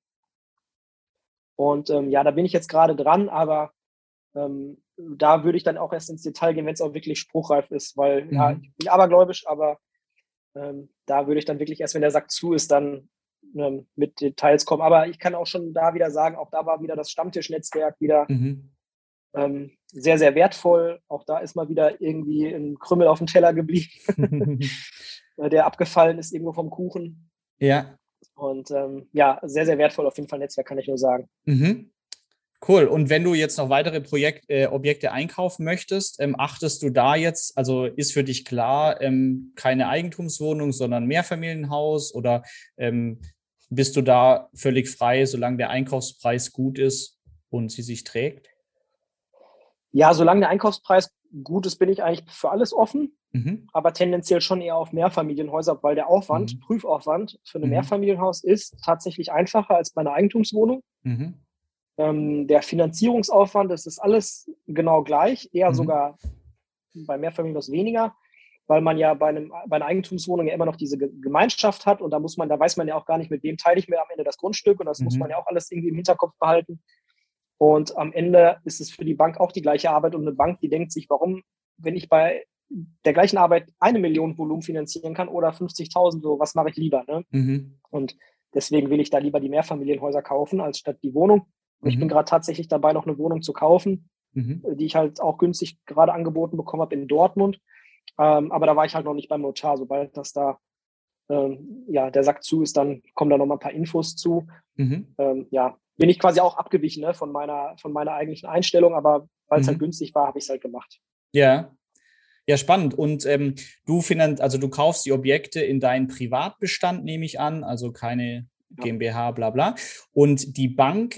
Und da bin ich jetzt gerade dran, aber da würde ich dann auch erst ins Detail gehen, wenn es auch wirklich spruchreif ist, weil ich bin abergläubisch, aber da würde ich dann wirklich erst, wenn der Sack zu ist, dann mit Details kommen. Aber ich kann auch schon da wieder sagen, auch da war wieder das Stammtischnetzwerk wieder sehr, sehr wertvoll. Auch da ist mal wieder irgendwie ein Krümel auf dem Teller geblieben, der abgefallen ist irgendwo vom Kuchen. Ja. Und sehr, sehr wertvoll auf jeden Fall Netzwerk, kann ich nur sagen. Cool. Und wenn du jetzt noch weitere Objekte einkaufen möchtest, achtest du da jetzt, also ist für dich klar, keine Eigentumswohnung, sondern Mehrfamilienhaus oder bist du da völlig frei, solange der Einkaufspreis gut ist und sie sich trägt? Ja, solange der Einkaufspreis gut ist, bin ich eigentlich für alles offen, aber tendenziell schon eher auf Mehrfamilienhäuser, weil der Prüfaufwand für ein Mehrfamilienhaus ist tatsächlich einfacher als bei einer Eigentumswohnung. Der Finanzierungsaufwand, das ist alles genau gleich, eher sogar bei Mehrfamilienhaus weniger, weil man ja bei einer Eigentumswohnung ja immer noch diese Gemeinschaft hat und da weiß man ja auch gar nicht, mit wem teile ich mir am Ende das Grundstück und das muss man ja auch alles irgendwie im Hinterkopf behalten. Und am Ende ist es für die Bank auch die gleiche Arbeit und eine Bank, die denkt sich, warum, wenn ich bei der gleichen Arbeit 1 Million Volumen finanzieren kann oder 50.000, so was mache ich lieber. Ne? Mhm. Und deswegen will ich da lieber die Mehrfamilienhäuser kaufen, als statt die Wohnung. Und ich bin gerade tatsächlich dabei, noch eine Wohnung zu kaufen, die ich halt auch günstig gerade angeboten bekommen habe in Dortmund. Aber da war ich halt noch nicht beim Notar. Sobald das da der Sack zu ist, dann kommen da noch mal ein paar Infos zu. Bin ich quasi auch abgewichen, ne, von meiner eigentlichen Einstellung, aber weil es halt günstig war, habe ich es halt gemacht. Ja. Ja, spannend. Und du kaufst die Objekte in deinen Privatbestand, nehme ich an, also keine GmbH, bla bla. Und die Bank,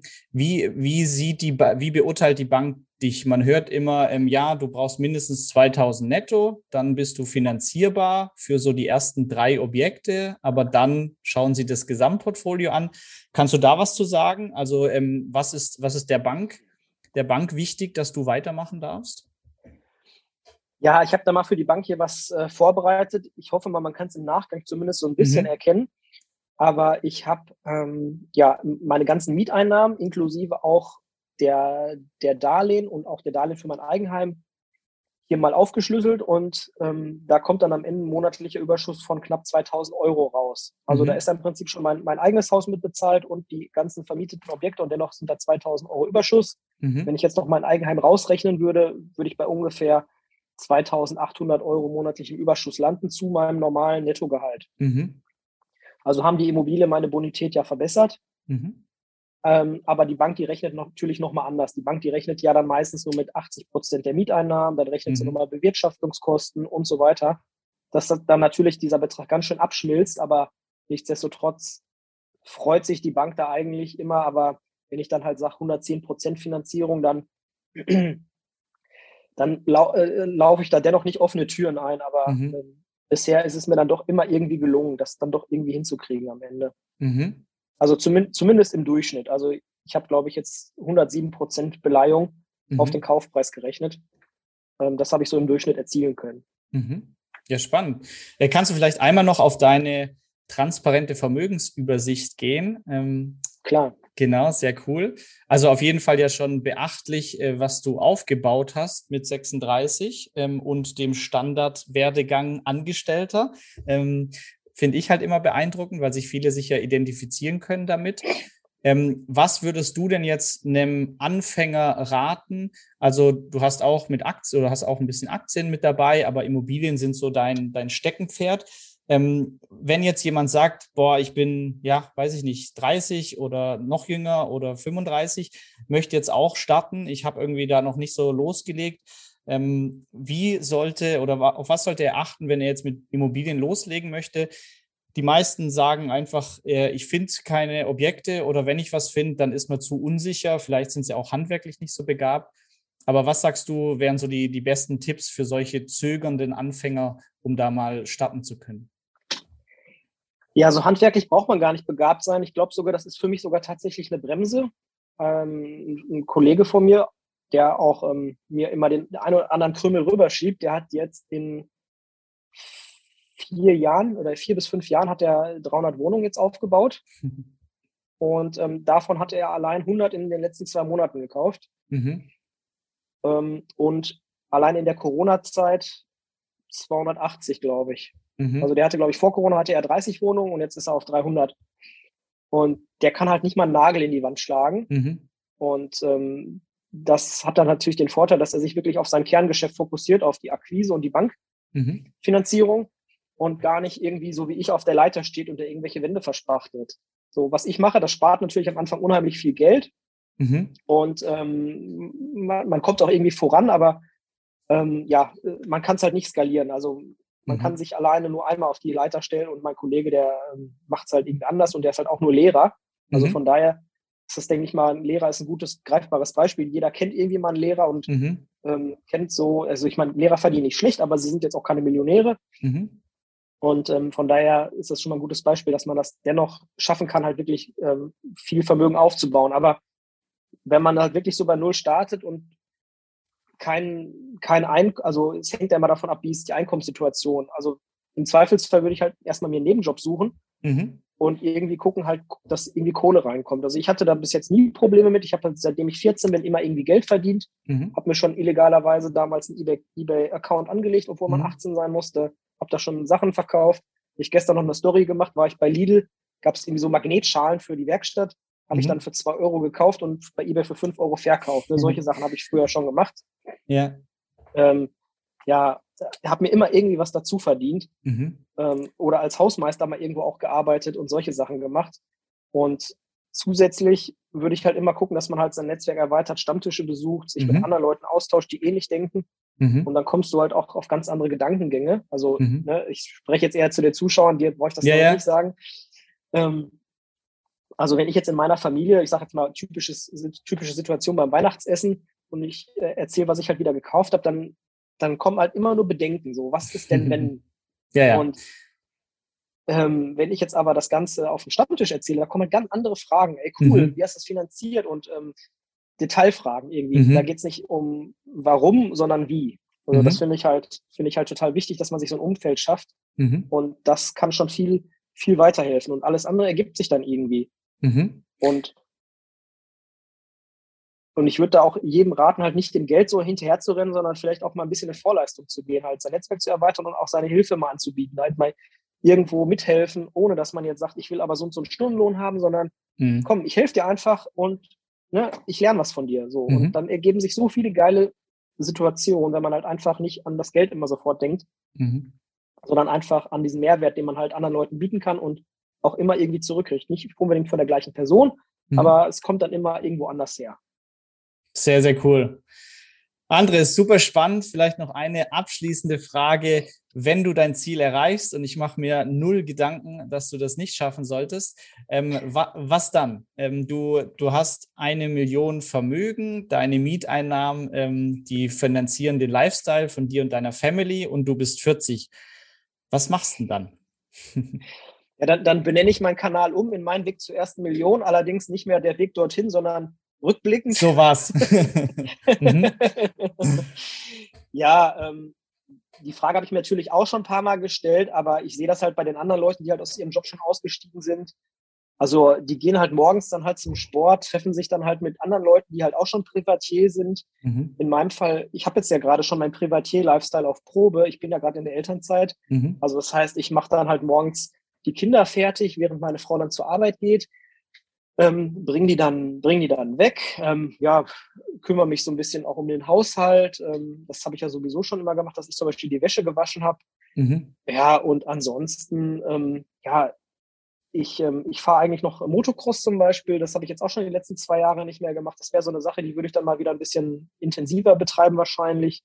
wie beurteilt die Bank dich? Man hört immer, ja, du brauchst mindestens 2.000 netto, dann bist du finanzierbar für so die ersten 3 Objekte, aber dann schauen sie das Gesamtportfolio an. Kannst du da was zu sagen? Also was ist der Bank wichtig, dass du weitermachen darfst? Ja, ich habe da mal für die Bank hier was vorbereitet. Ich hoffe mal, man kann es im Nachgang zumindest so ein bisschen erkennen. Aber ich habe meine ganzen Mieteinnahmen inklusive auch der Darlehen und auch der Darlehen für mein Eigenheim hier mal aufgeschlüsselt und da kommt dann am Ende ein monatlicher Überschuss von knapp 2.000 Euro raus. Also da ist im Prinzip schon mein eigenes Haus mitbezahlt und die ganzen vermieteten Objekte und dennoch sind da 2.000 Euro Überschuss. Wenn ich jetzt noch mein Eigenheim rausrechnen würde, würde ich bei ungefähr 2.800 Euro monatlichem Überschuss landen zu meinem normalen Nettogehalt. Also haben die Immobilien meine Bonität ja verbessert. Aber die Bank, die rechnet natürlich nochmal anders. Die Bank, die rechnet ja dann meistens nur mit 80% der Mieteinnahmen, dann rechnet sie nochmal Bewirtschaftungskosten und so weiter. Dass dann natürlich dieser Betrag ganz schön abschmilzt, aber nichtsdestotrotz freut sich die Bank da eigentlich immer. Aber wenn ich dann halt sage 110% Finanzierung, dann laufe ich da dennoch nicht offene Türen ein. Aber bisher ist es mir dann doch immer irgendwie gelungen, das dann doch irgendwie hinzukriegen am Ende. Also zumindest im Durchschnitt. Also ich habe, glaube ich, jetzt 107% Beleihung auf den Kaufpreis gerechnet. Das habe ich so im Durchschnitt erzielen können. Ja, spannend. Kannst du vielleicht einmal noch auf deine transparente Vermögensübersicht gehen? Klar. Genau, sehr cool. Also auf jeden Fall ja schon beachtlich, was du aufgebaut hast mit 36 und dem Standardwerdegang Angestellter. Finde ich halt immer beeindruckend, weil sich viele ja identifizieren können damit. Was würdest du denn jetzt einem Anfänger raten? Also du hast auch mit Aktien oder hast auch ein bisschen Aktien mit dabei, aber Immobilien sind so dein Steckenpferd. Wenn jetzt jemand sagt, boah, ich bin, ja, weiß ich nicht, 30 oder noch jünger oder 35, möchte jetzt auch starten, ich habe irgendwie da noch nicht so losgelegt. Auf was sollte er achten, wenn er jetzt mit Immobilien loslegen möchte? Die meisten sagen einfach, ich finde keine Objekte oder wenn ich was finde, dann ist man zu unsicher. Vielleicht sind sie auch handwerklich nicht so begabt. Aber was sagst du, wären so die besten Tipps für solche zögernden Anfänger, um da mal starten zu können? Ja, so handwerklich braucht man gar nicht begabt sein. Ich glaube sogar, das ist für mich sogar tatsächlich eine Bremse. Ein Kollege von mir, der auch mir immer den einen oder anderen Krümel rüberschiebt, der hat jetzt in 4 Jahren oder 4 bis 5 Jahren hat er 300 Wohnungen jetzt aufgebaut. Und davon hatte er allein 100 in den letzten 2 Monaten gekauft. Und allein in der Corona-Zeit 280, glaube ich. Also der hatte, glaube ich, vor Corona hatte er 30 Wohnungen und jetzt ist er auf 300. Und der kann halt nicht mal einen Nagel in die Wand schlagen. Und das hat dann natürlich den Vorteil, dass er sich wirklich auf sein Kerngeschäft fokussiert, auf die Akquise und die Bankfinanzierung und gar nicht irgendwie so wie ich auf der Leiter steht und der irgendwelche Wände verspachtelt. So, was ich mache, das spart natürlich am Anfang unheimlich viel Geld. Und man kommt auch irgendwie voran, aber man kann es halt nicht skalieren. Also man kann sich alleine nur einmal auf die Leiter stellen und mein Kollege, der macht es halt irgendwie anders und der ist halt auch nur Lehrer. Also von daher ist das, denke ich mal, ein Lehrer ist ein gutes, greifbares Beispiel. Jeder kennt irgendwie mal einen Lehrer und kennt so, also ich meine, Lehrer verdienen nicht schlecht, aber sie sind jetzt auch keine Millionäre. Und von daher ist das schon mal ein gutes Beispiel, dass man das dennoch schaffen kann, halt wirklich viel Vermögen aufzubauen. Aber wenn man halt wirklich so bei Null startet und also es hängt ja immer davon ab, wie ist die Einkommenssituation. Also im Zweifelsfall würde ich halt erstmal mir einen Nebenjob suchen und irgendwie gucken halt, dass irgendwie Kohle reinkommt. Also ich hatte da bis jetzt nie Probleme mit. Ich habe, seitdem ich 14 bin, immer irgendwie Geld verdient. Habe mir schon illegalerweise damals einen eBay-Account angelegt, obwohl man 18 sein musste. Habe da schon Sachen verkauft. Ich gestern noch eine Story gemacht, war ich bei Lidl, gab es irgendwie so Magnetschalen für die Werkstatt. Habe ich dann für 2 Euro gekauft und bei eBay für 5 Euro verkauft. Ne? Solche Sachen habe ich früher schon gemacht. Ja. Habe mir immer irgendwie was dazu verdient. Oder als Hausmeister mal irgendwo auch gearbeitet und solche Sachen gemacht. Und zusätzlich würde ich halt immer gucken, dass man halt sein Netzwerk erweitert, Stammtische besucht, sich mit anderen Leuten austauscht, die ähnlich denken. Und dann kommst du halt auch auf ganz andere Gedankengänge. Also ne, ich spreche jetzt eher zu den Zuschauern, dir brauche ich das noch nicht sagen. Also wenn ich jetzt in meiner Familie, ich sage jetzt mal typische Situation beim Weihnachtsessen und ich erzähle, was ich halt wieder gekauft habe, dann kommen halt immer nur Bedenken. So, was ist denn, wenn? Und wenn ich jetzt aber das Ganze auf dem Stammtisch erzähle, da kommen halt ganz andere Fragen. Ey, cool, wie hast du das finanziert? Und Detailfragen irgendwie. Da geht es nicht um warum, sondern wie. Also das finde ich halt total wichtig, dass man sich so ein Umfeld schafft. Und das kann schon viel, viel weiterhelfen. Und alles andere ergibt sich dann irgendwie. Und ich würde da auch jedem raten, halt nicht dem Geld so hinterher zu rennen, sondern vielleicht auch mal ein bisschen in Vorleistung zu gehen, halt sein Netzwerk zu erweitern und auch seine Hilfe mal anzubieten, halt mal irgendwo mithelfen, ohne dass man jetzt sagt, ich will aber so und so einen Stundenlohn haben, sondern komm, ich helfe dir einfach und ne, ich lerne was von dir. So. Und dann ergeben sich so viele geile Situationen, wenn man halt einfach nicht an das Geld immer sofort denkt, sondern einfach an diesen Mehrwert, den man halt anderen Leuten bieten kann und auch immer irgendwie zurückkriegt. Nicht unbedingt von der gleichen Person, aber es kommt dann immer irgendwo anders her. Sehr, sehr cool. Andres, super spannend. Vielleicht noch eine abschließende Frage. Wenn du dein Ziel erreichst, und ich mache mir 0 Gedanken, dass du das nicht schaffen solltest, was dann? Du hast 1 Million Vermögen, deine Mieteinnahmen, die finanzieren den Lifestyle von dir und deiner Family und du bist 40. Was machst du denn dann? Ja, dann benenne ich meinen Kanal in meinen Weg zur ersten Million, allerdings nicht mehr der Weg dorthin, sondern rückblickend. So war's. Ja, die Frage habe ich mir natürlich auch schon ein paar Mal gestellt, aber ich sehe das halt bei den anderen Leuten, die halt aus ihrem Job schon ausgestiegen sind. Also die gehen halt morgens dann halt zum Sport, treffen sich dann halt mit anderen Leuten, die halt auch schon Privatier sind. In meinem Fall, ich habe jetzt ja gerade schon mein Privatier-Lifestyle auf Probe. Ich bin ja gerade in der Elternzeit. Also das heißt, ich mache dann halt morgens die Kinder fertig, während meine Frau dann zur Arbeit geht. Bring die dann weg. Kümmere mich so ein bisschen auch um den Haushalt. Das habe ich ja sowieso schon immer gemacht, dass ich zum Beispiel die Wäsche gewaschen habe. Ja, und ansonsten, ich fahre eigentlich noch Motocross zum Beispiel. Das habe ich jetzt auch schon die letzten 2 Jahre nicht mehr gemacht. Das wäre so eine Sache, die würde ich dann mal wieder ein bisschen intensiver betreiben wahrscheinlich.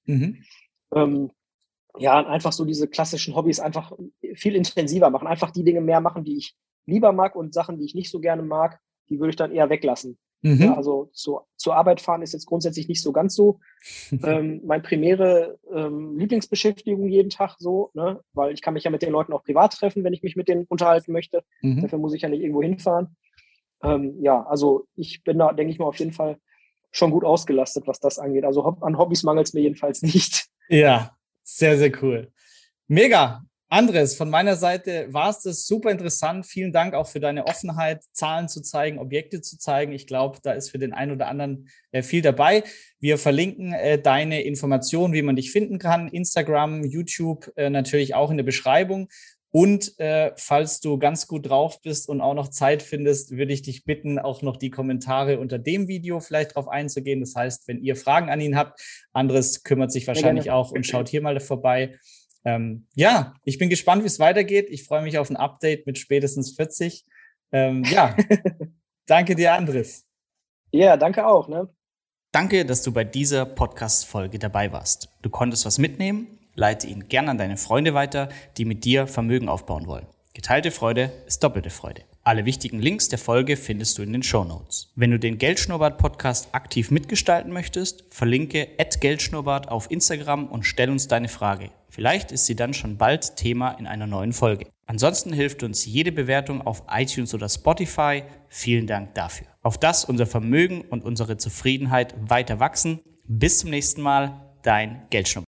Einfach so diese klassischen Hobbys einfach viel intensiver machen. Einfach die Dinge mehr machen, die ich lieber mag und Sachen, die ich nicht so gerne mag, die würde ich dann eher weglassen. Ja, also zur Arbeit fahren ist jetzt grundsätzlich nicht so ganz so meine primäre Lieblingsbeschäftigung jeden Tag so, ne? Weil ich kann mich ja mit den Leuten auch privat treffen, wenn ich mich mit denen unterhalten möchte. Dafür muss ich ja nicht irgendwo hinfahren. Also ich bin da, denke ich mal, auf jeden Fall schon gut ausgelastet, was das angeht. Also an Hobbys mangelt es mir jedenfalls nicht. Ja, sehr, sehr cool. Mega. Andres, von meiner Seite war es das super interessant. Vielen Dank auch für deine Offenheit, Zahlen zu zeigen, Objekte zu zeigen. Ich glaube, da ist für den einen oder anderen viel dabei. Wir verlinken deine Informationen, wie man dich finden kann. Instagram, YouTube natürlich auch in der Beschreibung. Und falls du ganz gut drauf bist und auch noch Zeit findest, würde ich dich bitten, auch noch die Kommentare unter dem Video vielleicht drauf einzugehen. Das heißt, wenn ihr Fragen an ihn habt, Andres kümmert sich wahrscheinlich auch und schaut hier mal vorbei. Ich bin gespannt, wie es weitergeht. Ich freue mich auf ein Update mit spätestens 40. Danke dir, Andres. Ja, danke auch. Ne? Danke, dass du bei dieser Podcast-Folge dabei warst. Du konntest was mitnehmen? Leite ihn gern an deine Freunde weiter, die mit dir Vermögen aufbauen wollen. Geteilte Freude ist doppelte Freude. Alle wichtigen Links der Folge findest du in den Shownotes. Wenn du den Geldschnurrbart-Podcast aktiv mitgestalten möchtest, verlinke @Geldschnurrbart auf Instagram und stell uns deine Frage. Vielleicht ist sie dann schon bald Thema in einer neuen Folge. Ansonsten hilft uns jede Bewertung auf iTunes oder Spotify. Vielen Dank dafür. Auf dass unser Vermögen und unsere Zufriedenheit weiter wachsen. Bis zum nächsten Mal, dein Geldschnurrbart.